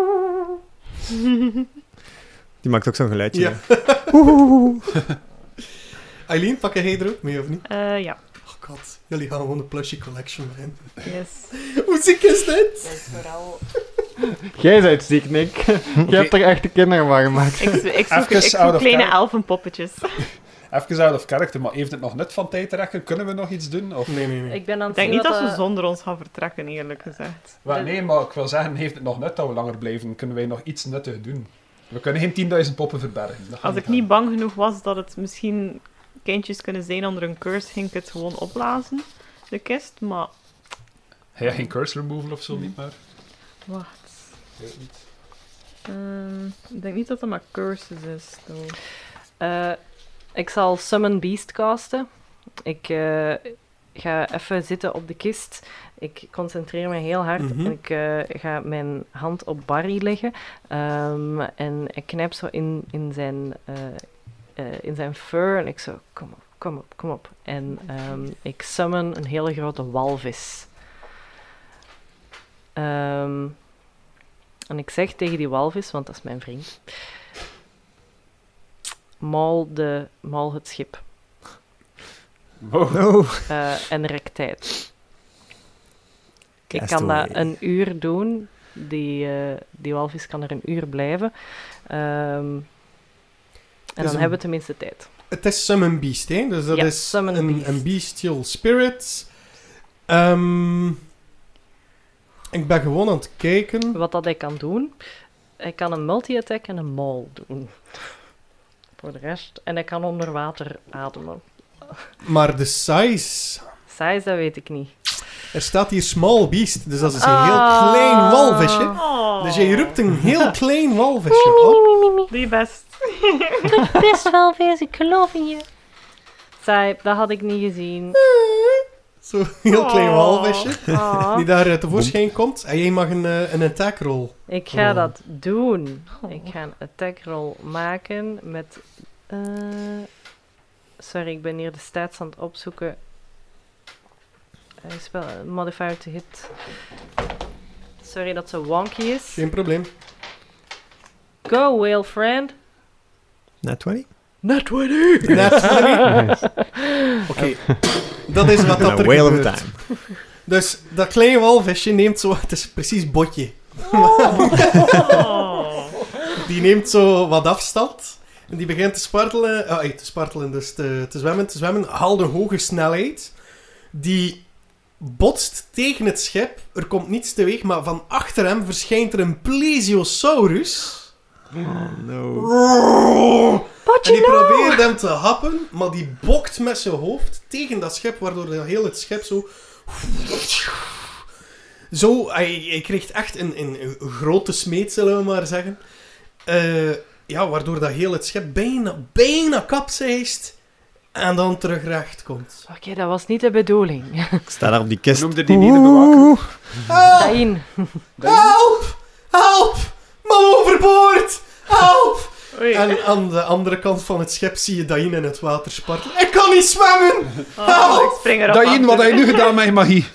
Die maakt ook zo'n geluidje. Ja. hè. Eileen, pak jij er ook mee, of niet? Eh, ja, Oh god, jullie gaan gewoon een plushie collection zijn. yes. Hoe ziek is dit? dat is vooral... Jij bent ziek, Nick. Je hebt er echte kinderen van gemaakt. Ik, zo- ik zoek, Even ik zoek out of kleine character. elfenpoppetjes. Even out of character, maar heeft het nog nut van tijd te rekken? Kunnen we nog iets doen? Of... Nee, nee, nee. Ik ben aan Ik het denk zien niet wat dat ze dat- zonder ons gaan vertrekken, eerlijk gezegd. Wel, nee, maar ik wil zeggen, heeft het nog nut dat we langer blijven? Kunnen wij nog iets nuttig doen? We kunnen geen tienduizend poppen verbergen. Dat gaat Als ik gaan. niet bang genoeg was dat het misschien kindjes kunnen zijn onder een curse, ging ik het gewoon opblazen, de kist. Maar, Heb jij geen curse removal of zo niet meer? wacht. Ehm, ik denk niet dat het maar curses is, though. Eh, ik zal Summon Beast casten. Ik eh, ga even zitten op de kist. Ik concentreer me heel hard Mhm. en ik eh, ga mijn hand op Barry leggen. Ehm, en ik knijp zo in, in, zijn, eh, eh, in zijn fur en ik zo, kom op, kom op, kom op. En ehm, ik summon een hele grote walvis. Ehm, en ik zeg tegen die walvis, want dat is mijn vriend, maal, de, maal het schip Wow. Oh. eh, en rek tijd. Ik Castaway. kan dat een uur doen. Die, eh, die walvis kan er een uur blijven. Ehm, en dan een- hebben we tenminste tijd. Het is Summon Beast, hè? Dus dat Ja, is Summon een, Beast. een bestial spirit. Ehm, ik ben gewoon aan het kijken. Wat dat hij kan doen, hij kan een multi-attack en een maul doen. Voor de rest. En hij kan onder water ademen. Maar de size... Size, dat weet ik niet. Er staat hier small beast, dus dat is een Ah. heel klein walvisje. Oh. Dus je roept een heel klein walvisje op. Die best. Best wel wees, ik geloof in je. Saai, dat had ik niet gezien. Zo'n heel klein Oh. walvisje. Oh. Die daar eh, tevoorschijn komt. En jij mag een, eh, een attack roll. Ik ga Oh. dat doen. Ik ga een attack roll maken met... eh, sorry, ik ben hier de stats aan het opzoeken. Hij is wel een modifier to hit. Sorry dat zo wonky is. Geen probleem. Go, whale friend. Net twintig? Net twintig! Net twintig. Oké. Dat is wat dat A er whale of a gebeurt. time. Dus dat kleine walvisje neemt zo... Het is precies Botje. Oh. Die neemt zo wat afstand. En die begint te spartelen. Ah, te spartelen, dus te, te zwemmen. Te zwemmen. Haalt een hoge snelheid. Die botst tegen het schip. Er komt niets teweeg, maar van achter hem verschijnt er een plesiosaurus. Oh, no. En die probeert hem te happen, maar die bokt met zijn hoofd tegen dat schip, waardoor de heel het schip zo... Zo, hij, hij krijgt echt een, een, een grote smeet, zullen we maar zeggen. Eh, ja, waardoor dat heel het schip bijna, bijna kapseist en dan terug recht komt. Oké, dat was niet de bedoeling. Ik sta daar op die kist. Noemde die niet de bewaker? Help! Dain. Help! Help! Man overboord! Help! Oei. En aan de andere kant van het schip zie je Dain in het water spartelen. Ik kan niet zwemmen! Oh, ik spring erop. Dain, wat heb je nu gedaan met je magie?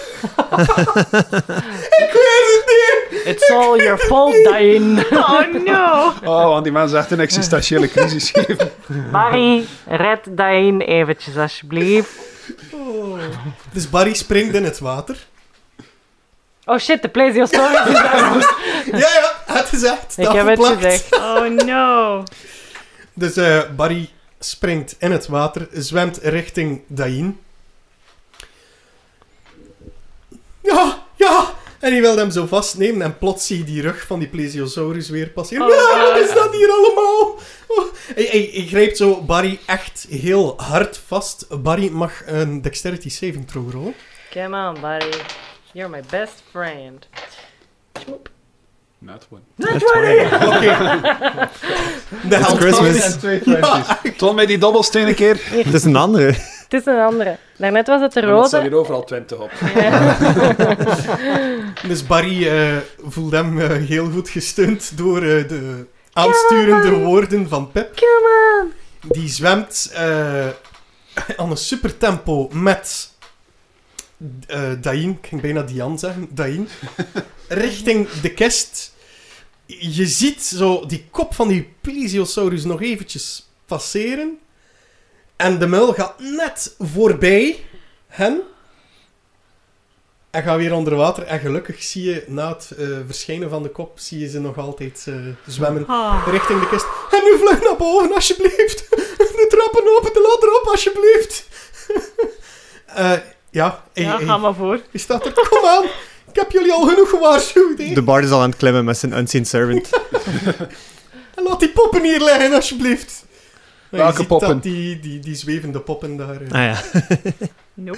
Ik weet het niet! It's all your fault, Dain. Oh no. Oh, want die mensen echt een existentiële crisis geven. Barry, red Dain eventjes, alsjeblieft. Oh. Dus Barry springt in het water. Oh shit, de plesiosaurus is daar. Ja, ja, het is echt. Ik heb het gezegd. Oh no. Dus eh, Barry springt in het water, zwemt richting Dain. Ja, ja! En hij wil hem zo vastnemen en plots zie je die rug van die plesiosaurus weer passeren. Oh, ja, wat God. is dat hier allemaal? Oh. Hij, hij, hij grijpt zo Barry echt heel hard vast. Barry mag een dexterity saving throw rollen. Come on, Barry. You're my best friend. Net one. Oké. De It's held Christmas. van die- Ja, Toon mij die dobbelsteen een keer. Het is een andere. Het is een andere. Daarnet was het de En er staan rode. hier overal twintig op. Dus Barry eh, voelt hem eh, heel goed gesteund door eh, de aansturende woorden van Pip. Come on. Die zwemt eh, aan een super tempo met eh Dain, ik ging bijna Dian zeggen, Dain, richting de kist. Je ziet zo die kop van die plesiosaurus nog eventjes passeren. En de muil gaat net voorbij hen. En gaat weer onder water. En gelukkig zie je na het eh, verschijnen van de kop, zie je ze nog altijd eh, zwemmen Ah. richting de kist. En nu vlug naar boven, alsjeblieft. De trappen open, de ladder op, alsjeblieft. Eh, ja, hij, Ja, hij- ga maar voor. hij staat er. Kom aan, ik heb jullie al genoeg gewaarschuwd. Hè. De bard is al aan het klimmen met zijn unseen servant. En laat die poppen hier liggen, alsjeblieft. Maar je Welke ziet poppen? dat die, die, die zwevende poppen daar. eh. Ah ja. Nope.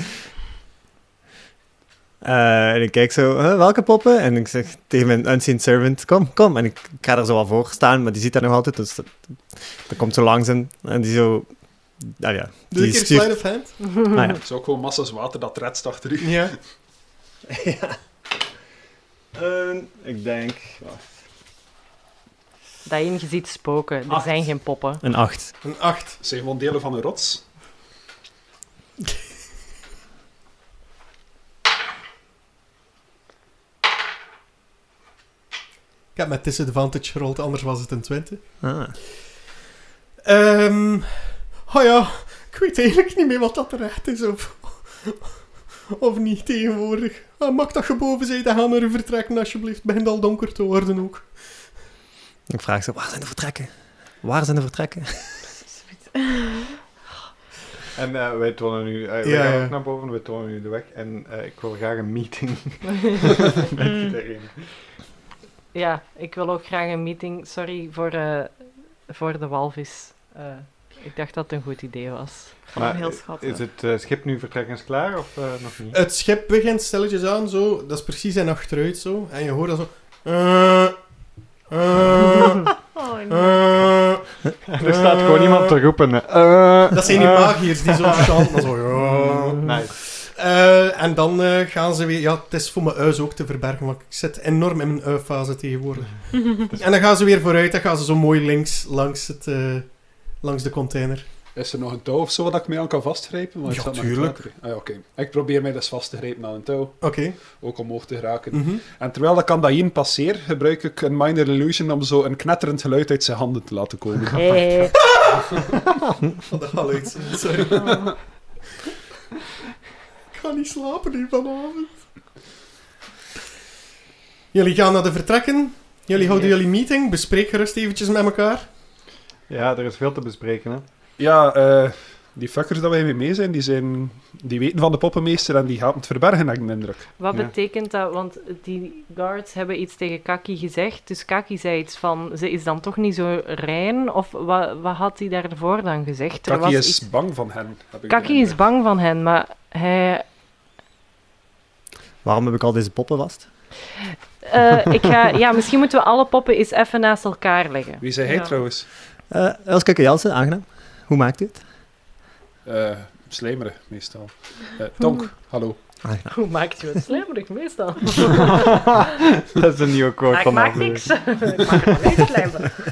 Eh, en ik kijk zo, huh, welke poppen? En ik zeg tegen mijn unseen servant, kom, kom. En ik, ik ga er zo al voor staan, maar die ziet dat nog altijd. Dus dat, dat komt zo langs in. En die zo... Ah ja, Doe die een keer stuurt- slide of hand. Ah ja. Het is ook gewoon massa's water dat retst achter u. Ja. Eh, ik denk... wacht. Dain, je ziet spoken. Er Acht. zijn geen poppen. Een acht. Een acht. Zijn gewoon delen van een rots. Ik heb met disadvantage gerold, anders was het een twintig. Ah. Ehm oh ja, ik weet eigenlijk niet meer wat dat terecht is of, of niet tegenwoordig. Ah, mag dat je boven bent, dan gaan we er vertrekken alsjeblieft. Het begint al donker te worden ook. Ik vraag zo, waar zijn de vertrekken? Waar zijn de vertrekken? En eh, wij tonen nu, uh, wij Ja, gaan ja. ook naar boven, wij tonen nu de weg. En eh, ik wil graag een meeting met iedereen. Ja, ik wil ook graag een meeting. Sorry voor, eh, voor de walvis. Eh, Ik dacht dat het een goed idee was. Maar heel schattig. is het uh, schip nu vertrekkingsklaar of uh, nog niet? Het schip begint stilletjes aan, zo. Dat is precies en achteruit, zo. En je hoort dat zo... Uh, uh, Oh, nee. uh, Er staat gewoon iemand te roepen. Uh, dat zijn die uh. magiërs die zo chanten. Zo, ja. Nice. Uh, en dan uh, gaan ze weer... Ja, het is voor mijn uis ook te verbergen, want ik zit enorm in mijn uifase tegenwoordig. En dan gaan ze weer vooruit, dan gaan ze zo mooi links langs, het, uh, langs de container. Is er nog een touw of zo dat ik mee aan kan vastgrijpen? Want Ja, ik zat tuurlijk. met ah, ja, oké. Ik probeer mij dus vast te grijpen aan een touw, Oké. Okay. ook omhoog te geraken. Mm-hmm. En terwijl ik aan Dain passeer, gebruik ik een minor illusion om zo een knetterend geluid uit zijn handen te laten komen. Hey. Van de geluid, sorry. Ik ga niet slapen nu vanavond. Jullie gaan naar de vertrekken. Jullie houden Yes. jullie meeting. Bespreek gerust eventjes met elkaar. Ja, er is veel te bespreken, hè. Ja, eh, die fuckers dat wij mee mee zijn, die, zijn, die weten van de poppenmeester en die gaan het verbergen, heb ik de indruk. Wat Ja. betekent dat? Want die guards hebben iets tegen Kaki gezegd. Dus Kaki zei iets van, ze is dan toch niet zo rein? Of wat, wat had hij daarvoor dan gezegd? Er Kaki was is iets- bang van hen. Heb ik de Kaki is indruk. bang van hen, maar hij... Waarom heb ik al deze poppen vast? eh, ik ga, ja, misschien moeten we alle poppen eens even naast elkaar leggen. Wie zei hij Ja. trouwens? Uh, Elske Jansen, aangenaam. Hoe maakt u het? Uh, slijmerig, meestal. Uh, Tonk, hallo. Aangenaam. Hoe maakt je het slijmerig meestal? Dat is een nieuwe quote Ah, ik van maak aflevering. niks. Ik maak alleen slijmerig.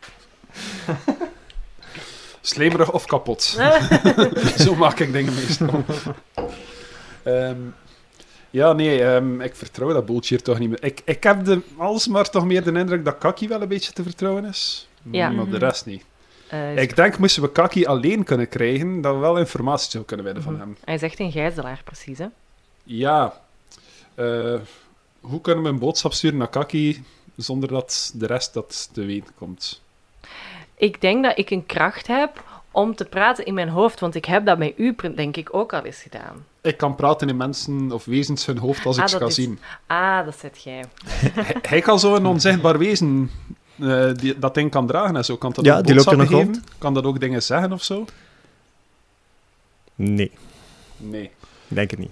Slijmerig of kapot. Zo maak ik dingen meestal. um, ja, nee, um, ik vertrouw dat bullshit toch niet meer. Ik, ik heb de, alsmaar toch meer de indruk dat Kaki wel een beetje te vertrouwen is. Ja. Maar de rest niet. Eh, Ik denk, moesten we Kaki alleen kunnen krijgen, dat we wel informatie zouden kunnen winnen van hem. Hij is echt een gijzelaar, precies, hè? Ja. Uh, hoe kunnen we een boodschap sturen naar Kaki zonder dat de rest dat te weten komt? Ik denk dat ik een kracht heb om te praten in mijn hoofd, want ik heb dat met u, denk ik, ook al eens gedaan. Ik kan praten in mensen of wezens hun hoofd als Ah, ik ze dat ga is- zien. Ah, dat zet jij. hij, hij kan zo een onzichtbaar wezen uh, die, dat ding kan dragen en zo. Kan dat Ja, ook die loopt er nog boodschappen rond. geven? Kan dat ook dingen zeggen of zo? Nee, Nee. ik denk het niet.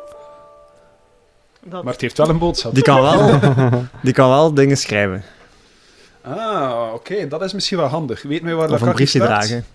Dat... Maar het heeft wel een boodschap. Die kan wel, die kan wel dingen schrijven. Ah, oké. Okay. Dat is misschien wel handig. Weet mij waar Of dat een Kaki briefje slaapt? dragen.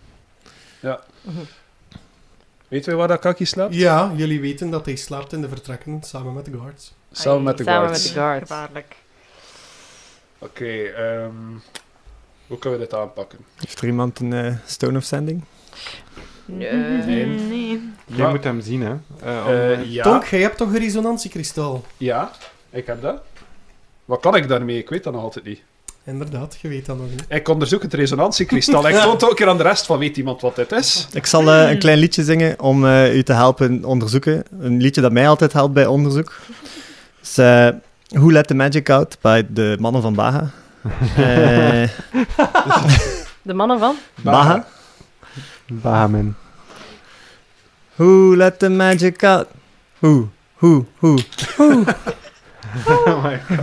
Weet wij waar dat Kaki slaapt? Ja, jullie weten dat hij slaapt in de vertrekken samen met de guards. Samen met de Samen guards. met de guards. Gevaarlijk. Oké, okay, um, hoe kunnen we dit aanpakken? Heeft er iemand een uh, Stone of Sending? Nee. Nee. Nee. Je moet hem zien, hè. Uh, om, Uh, uh, ja. Tonk, jij hebt toch een resonantiekristal? Ja, ik heb dat. Wat kan ik daarmee? Ik weet dat nog altijd niet. Inderdaad, je weet dat nog niet. Ik onderzoek het resonantiekristal. Ik toon het ook een keer aan de rest van weet iemand wat dit is. Ik zal uh, een klein liedje zingen om uh, u te helpen onderzoeken. Een liedje dat mij altijd helpt bij onderzoek. Dus, uh, Who Let the Magic Out bij de Mannen van Baha. Uh, De mannen van? Baha. Bahamen. Who let the magic out? Who? Who? Who? Who? Oh my god.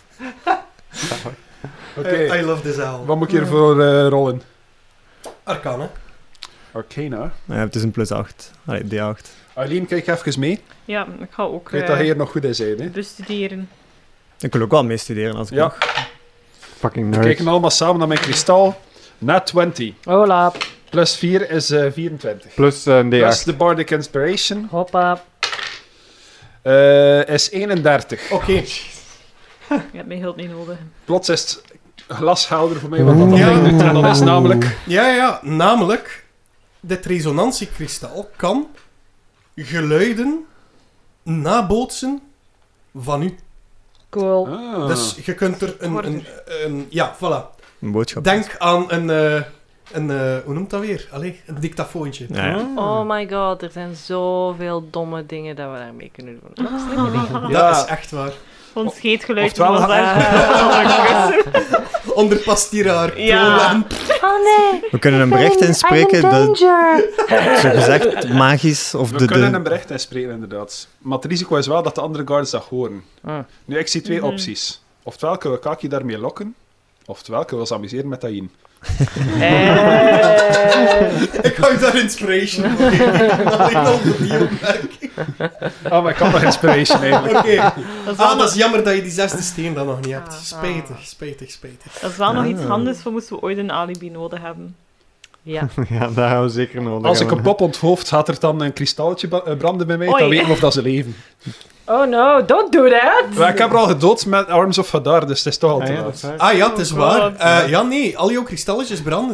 Oké, Uh, I love this album. wat moet ik hiervoor uh, rollen? Arcana. Arcana. Ja, het is een plus acht. Allee, D acht. Aileen, kijk even mee. Ja, ik ga ook Ik weet eh, dat hij hier nog goed in zijn. Hè? bestuderen. Ik wil ook wel meestuderen als ik Ja. mag. Fucking We nerd. kijken allemaal samen naar mijn kristal. Nat twintig. Hola. Plus vier is uh, vierentwintig. Plus uh, een D Plus acht. de Bardic Inspiration Hoppa. uh, is eenendertig. Oké. Je hebt mij hulp niet nodig. Plots is het glashelder voor mij wat dat Ja. ding doet. En dat is namelijk... Ja, ja, namelijk, dit resonantiekristal kan geluiden nabootsen van u. Cool. Ah. Dus je kunt er een... een, een ja, voilà. Een boodschap. Denk aan een... eh, een eh, hoe noemt dat weer? Allee, een dictafoontje. Ja, ja. Oh my god, er zijn zoveel domme dingen dat we daarmee kunnen doen. Nog slimme dingen. Ja. Dat is echt waar. Van scheetgeluid Oftewel, van daar. Onder pastiraar. Ja. Oh nee. We kunnen een bericht inspreken dat danger. zo gezegd magisch of We de... kunnen de een bericht inspreken, inderdaad. Maar het risico is wel dat de andere guards dat horen. Ah. Nu, ik zie twee Mhm. opties. Oftewel kunnen we Kaki daarmee lokken, oftewel kunnen we ons amuseren met Dain. Eh. Ik ga je daar inspiration voor geven. Alleen al voor die opmerking. Oh, maar ik kan nog inspiration eigenlijk. Oké. Dat is wel Ah, dat nog- is jammer dat je die zesde steen dan nog niet hebt. Ah. Spijtig, spijtig, spijtig. Dat is wel nog Ah. iets handigs voor moesten we ooit een alibi nodig hebben. Ja. Ja, dat gaan we zeker nodig Als ik hebben. een pop onthoofd, gaat er dan een kristalletje ba- eh, branden bij mij. Oei. Dan weten we of dat ze leven. Oh no, don't do that! Maar ik heb er al gedood met Arms of Hadar, dus het is toch al Ah, te ja, dat laat. is waar. Ah ja, het is Oh, waar. God. Eh, ja, nee, al jouw kristalletjes branden.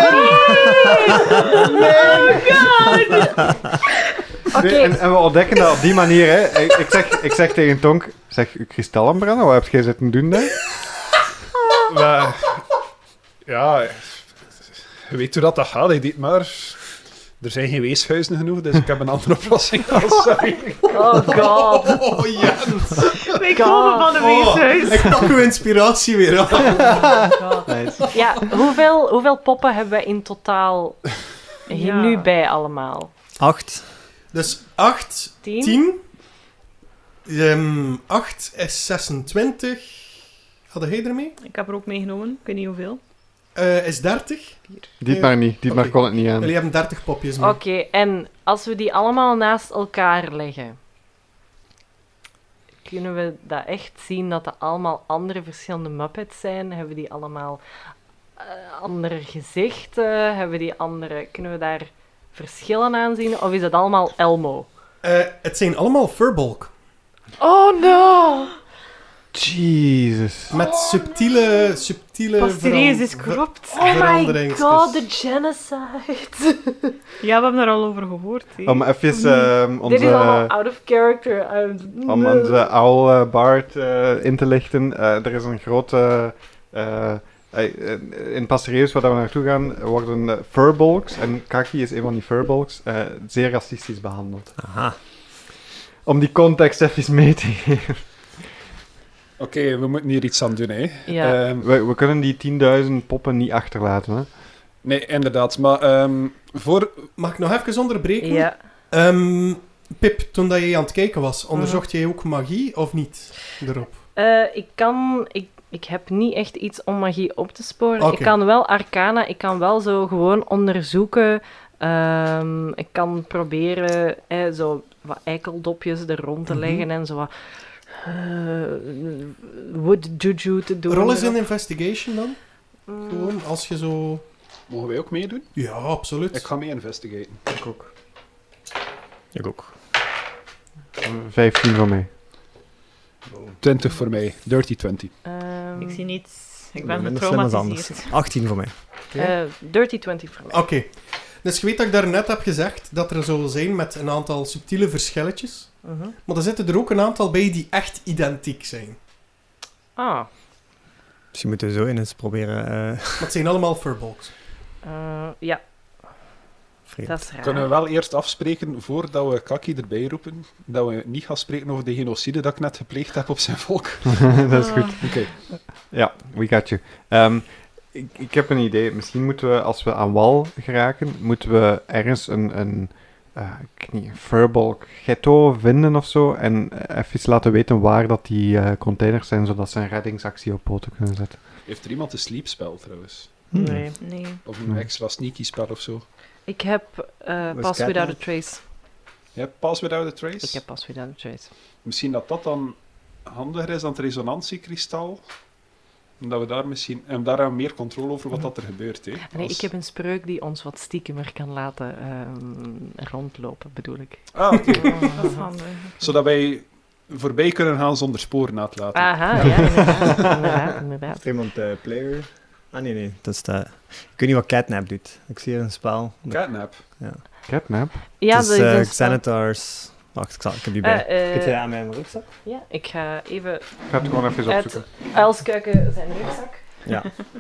Oké, Nee, en, en we ontdekken dat op die manier. Hè. Ik, ik, zeg, ik zeg tegen Tonk, zeg, uw kristallen branden, wat heb jij zitten doen daar? Maar, ja, je weet hoe dat, dat gaat, hè, dit maar. Er zijn geen weeshuizen genoeg, dus ik heb een andere oplossing. Sorry. oh god. Oh, Jens. Wij komen van de Oh, weeshuis. ik pak uw inspiratie weer af. God. Nice. Ja, hoeveel, hoeveel poppen hebben we in totaal hier Ja. nu bij allemaal? Acht. Dus acht, Tien? tien. Um, acht is zesentwintig. Hadden jij ermee? Ik heb er ook meegenomen, ik weet niet hoeveel. Uh, is dertig. Dietmar niet, Dietmar Oké. kon het niet aan. Jullie hebben dertig popjes mee. Oké, en als we die allemaal naast elkaar leggen, kunnen we dat echt zien dat dat allemaal andere verschillende Muppets zijn? Hebben die allemaal eh, andere gezichten? Hebben die andere... Kunnen we daar verschillen aan zien? Of is het allemaal Elmo? Uh, het zijn allemaal Furbolg. Oh no! Jesus. Met subtiele, subtiele Posterieus is veran- corrupt. Oh my veranderingsjes. god, the genocide! Ja, we hebben er al over gehoord. hè. Om even ehm, Dit is allemaal onze, out of character. I'm- om onze oude uh, Bart eh, in te lichten. Uh, er is een grote... Uh, uh, in Pastereus, waar we naartoe gaan, worden uh, furbolgs, en Kaki is een van die furbolgs, uh, zeer racistisch behandeld. Aha. Om die context even mee te geven. Oké, okay, we moeten hier iets aan doen, hè. Ja. Ehm, We, we kunnen die tienduizend poppen niet achterlaten, hè. nee, inderdaad. Maar ehm, voor... Mag ik nog even onderbreken? Ja. Um, Pip, toen dat jij aan het kijken was, onderzocht jij ook magie of niet erop? Uh, ik kan... Ik, ik heb niet echt iets om magie op te sporen. Oké. Ik kan wel arcana, ik kan wel zo gewoon onderzoeken. Um, ik kan proberen eh, zo wat eikeldopjes er rond te Mhm. leggen en zo wat uh, wood juju te doen. Rol eens in investigation dan. Mm. Gewoon, als je zo... Mogen wij ook meedoen? Ja, absoluut. Ik ga mee investigaten. Ik ook. Ik ook. vijftien van mij. twintig voor mij. Dirty twintig. Um, Ik zie niets. Ik Ik ben minder slim als getraumatiseerd. anders. achttien voor mij. uh, dirty twintig voor mij. Oké. Dus je weet dat ik daarnet heb gezegd dat er zo zijn met een aantal subtiele verschilletjes. Mhm. Maar er zitten er ook een aantal bij die echt identiek zijn. Ah, Dus je moet er zo in eens proberen... eh Maar het zijn allemaal furbolgs. uh, ja, vreemd. dat is raar. Kunnen we wel eerst afspreken, voordat we Kaki erbij roepen, dat we niet gaan spreken over de genocide dat ik net gepleegd heb op zijn volk? Dat is goed. Oké. Ja, we got you. Um, ik, ik heb een idee. Misschien moeten we, als we aan wal geraken, moeten we ergens een, een, uh, ik weet niet, een furbolg ghetto vinden of zo. En uh, even laten weten waar dat die uh, containers zijn, zodat ze een reddingsactie op poten kunnen zetten. Heeft er iemand een sleepspel trouwens? Hmm. Nee. Nee. Of een Hmm. extra sneaky spel of zo? Ik heb uh, Was Pass Catnap? Without a Trace. Ja, Pass Without a Trace? Ik heb Pass Without a Trace. Misschien dat dat dan handiger is dan het resonantiekristal. Omdat we daar misschien... En daar hebben we meer controle over wat dat er gebeurt. Hè. Nee, Als- ik heb een spreuk die ons wat stiekemer kan laten um, rondlopen, bedoel ik. Ah, oké. Dat is handig. Zodat wij voorbij kunnen gaan zonder sporen na te laten. Aha, ja, inderdaad. inderdaad, inderdaad. Is er iemand uh, player? Ah, nee, nee. Dat is de... Ik weet niet wat Catnap doet. Ik zie hier een spel. Catnap. Catnap? Ja, het dat is is uh, een spel. Xanatars... Wacht, ik, zal, ik heb die Eh, bij. eh, Zit jij aan mijn rugzak? Ja, ik ga even Ik ga het gewoon even uit opzoeken. Uilskuiken zijn rugzak. Ja.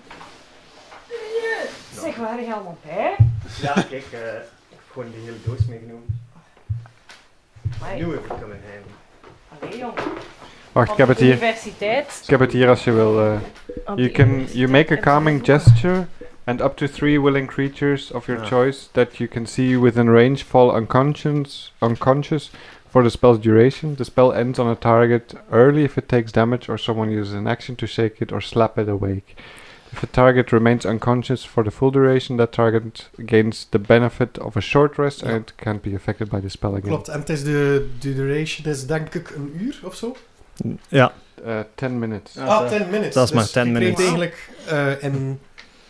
Zeg, waar ga je allemaal bij? Ja, kijk. Uh, ik heb gewoon die hele doos meegenomen. Amai. Nu heb ik hem in handen. Allee, jong. Wacht, ik Op heb het de hier. universiteit. Ik heb het hier als je wil. Uh, Op you de can universiteit you make a heb je calming dat gesture, and up to three willing creatures of your Ah. choice that you can see within range fall unconscious unconscious for the spell's duration. The spell ends on a target early if it takes damage or someone uses an action to shake it or slap it awake. If a target remains unconscious for the full duration, that target gains the benefit of a short rest Ja. and can't be affected by the spell again. Klopt, en het is de, de duration is denk ik een uur of zo. Ja, Uh, ten minutes. Ah, ten minutes. Dat is maar Dus ten je krijgt minutes. eigenlijk uh, een,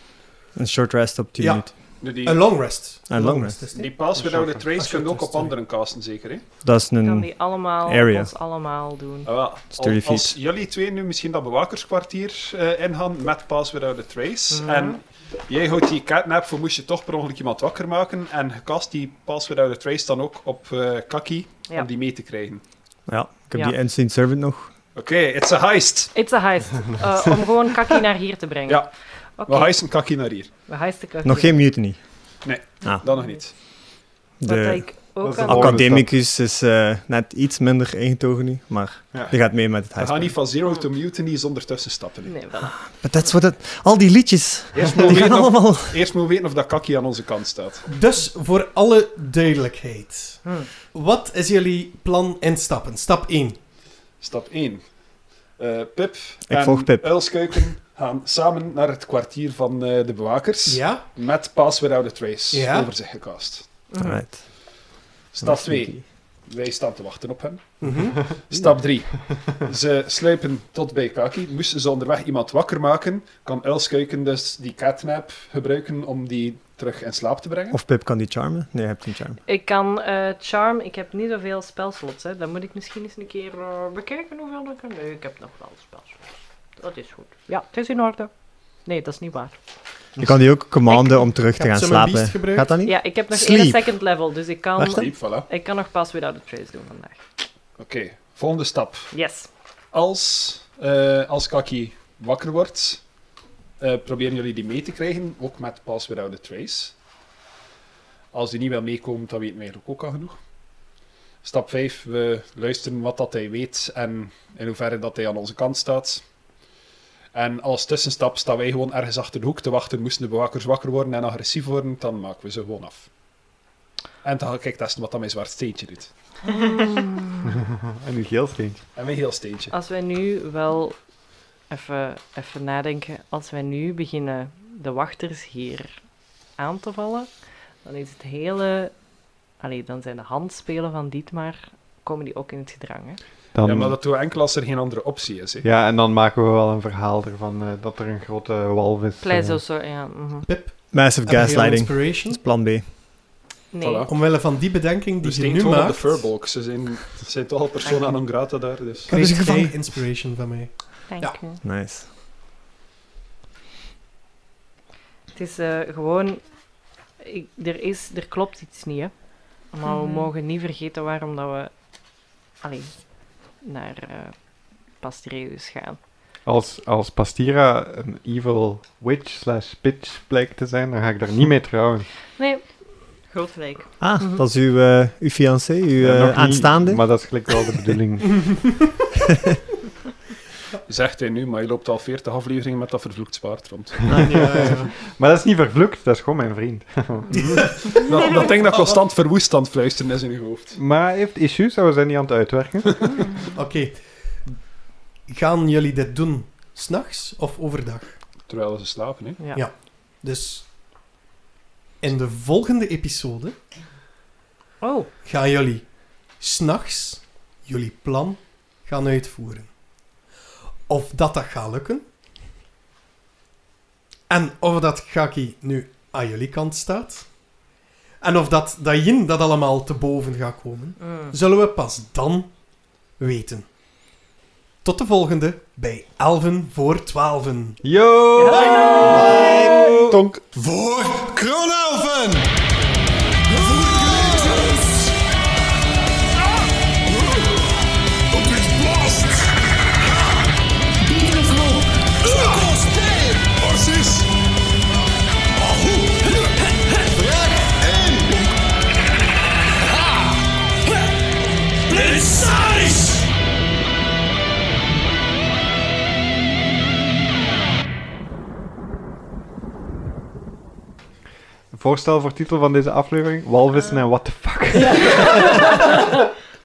een short rest op tien Ja. minuten. Nu die, een long rest. Een long rest. is het, die hè? Pass Without a short Trace rest. kun je ook Short op rest, anderen casten, zeker, hè? Dat is kan een... die allemaal, area. ons allemaal doen. Ah, wel. thirty Al- als feet. jullie twee nu misschien dat bewakerskwartier eh, ingaan met Pass Without a Trace, Mhm. en jij houdt die catnap voor moest je toch per ongeluk iemand wakker maken, en je cast die Pass Without a Trace dan ook op eh Kaki, Ja. om die mee te krijgen. Ja, ik heb Ja. die Insane Servant nog. Oké, it's a heist. It's a heist. Uh, om gewoon Kaki naar hier te brengen. Ja. Oké, We heisten Kaki naar hier. we heisten Kaki. Nog geen mutiny. Nee, Ah, dat nog niet. Wat de ik Dat ook is de aan... volgende Academicus is eh, net iets minder ingetogen nu, maar Ja. die gaat mee met het We gaan huis. niet van zero to mutiny zonder tussenstappen. hè. Nee, voilà. Maar dat is wat het... Al die liedjes, Eerst die moeten we gaan weten of, allemaal... eerst moeten we weten of dat Kaki aan onze kant staat. Dus voor alle duidelijkheid. Hm. Wat is jullie plan in stappen? Stap één. Stap één. Eh, Pip Ik en volg Pip. Uilskuiken gaan samen naar het kwartier van eh, de bewakers. Ja? Met Pass Without a Trace Ja. over zich gecast. Mhm. Alright. Stap twee. Wij staan te wachten op hem. Mhm. Stap drie. Ze sluipen tot bij Kaki. Moesten ze onderweg iemand wakker maken, kan Uilskuiken dus die catnap gebruiken om die terug in slaap te brengen. Of Pip kan die charmen? Nee, hij heeft geen charm. Ik kan eh, Charm, ik heb niet zoveel spelslots, hè. Dan moet ik misschien eens een keer eh, bekijken hoeveel dat kan. Nee, ik heb nog wel spelslots. Dat is goed. Ja, het is in orde. Nee, dat is niet waar. Je kan die ook commanden om terug te Heb gaan je Summon Beast slapen. gebruikt? Gaat dat niet? Ja, ik heb nog Sleep. één second level, dus ik kan, Wacht, hè? Diep, voilà. ik kan nog Pass Without a Trace doen vandaag. Oké, volgende stap. Yes. Als, eh, als Kaki wakker wordt, eh, proberen jullie die mee te krijgen, ook met Pass Without a Trace. Als die niet wil meekomen, dan weten we eigenlijk ook al genoeg. Stap vijf, we luisteren wat dat hij weet en in hoeverre dat hij aan onze kant staat. En als tussenstap staan wij gewoon ergens achter de hoek te wachten. Moesten de bewakers wakker worden en agressief worden, dan maken we ze gewoon af. En dan ga ik testen wat dat mijn zwart steentje doet. En uw geel steentje. En mijn heel steentje. Als wij nu wel even, even nadenken, als wij nu beginnen de wachters hier aan te vallen, dan is het hele... Allee, dan zijn de handspelen van Dietmar, komen die ook in het gedrang, hè? Dan, Ja, maar dat doen we enkel als er geen andere optie is. Hè. ja, en dan maken we wel een verhaal ervan eh, dat er een grote walvis... eh, Pleizo, zo, ja. mhm. Pip, Massive heb je heel gaslighting. Dat inspiration? is plan B. Nee. Voilà. Omwille van die bedenking We die je steken nu gewoon op de maakt, furbolg. Ze zijn, ze zijn toch al persona non grata daar. Dus. Hebben ze krijg gevangen? jij inspiration van mij. Dank Ja. u. Nice. Het is eh, gewoon... Ik, er, is, er klopt iets niet, hè. Maar we Mhm. mogen niet vergeten waarom dat we... Allee, naar uh, Pastireus gaan. Als, als Pastira een evil witch slash bitch blijkt te zijn, dan ga ik daar niet mee trouwen. Nee, Groot gelijk. Ah, Mhm. dat is uw, eh, uw fiancé, uw Ja, eh, nog niet, aanstaande. maar dat is gelijk wel de bedoeling. Zegt hij nu, maar je loopt al veertig afleveringen met dat vervloekt zwaard rond. Ja, ja. Maar dat is niet vervloekt, dat is gewoon mijn vriend. dat, dat ding dat constant verwoest aan het fluisteren is in je hoofd. Maar hij heeft issues, dat we zijn niet aan het uitwerken. Oké. Gaan jullie dit doen s'nachts of overdag? Terwijl ze slapen, hè. ja. Ja. Dus in de volgende episode Oh, gaan jullie s'nachts jullie plan gaan uitvoeren. Of dat dat gaat lukken. En of dat Gaki nu aan jullie kant staat. En of dat Dayin dat allemaal te boven gaat komen. mm. Zullen we pas dan weten. Tot de volgende bij Elven voor Twaalfen. Yo! Bye. Tonk. Voor Kronelven! Voorstel voor titel van deze aflevering: Walvissen en what the fuck.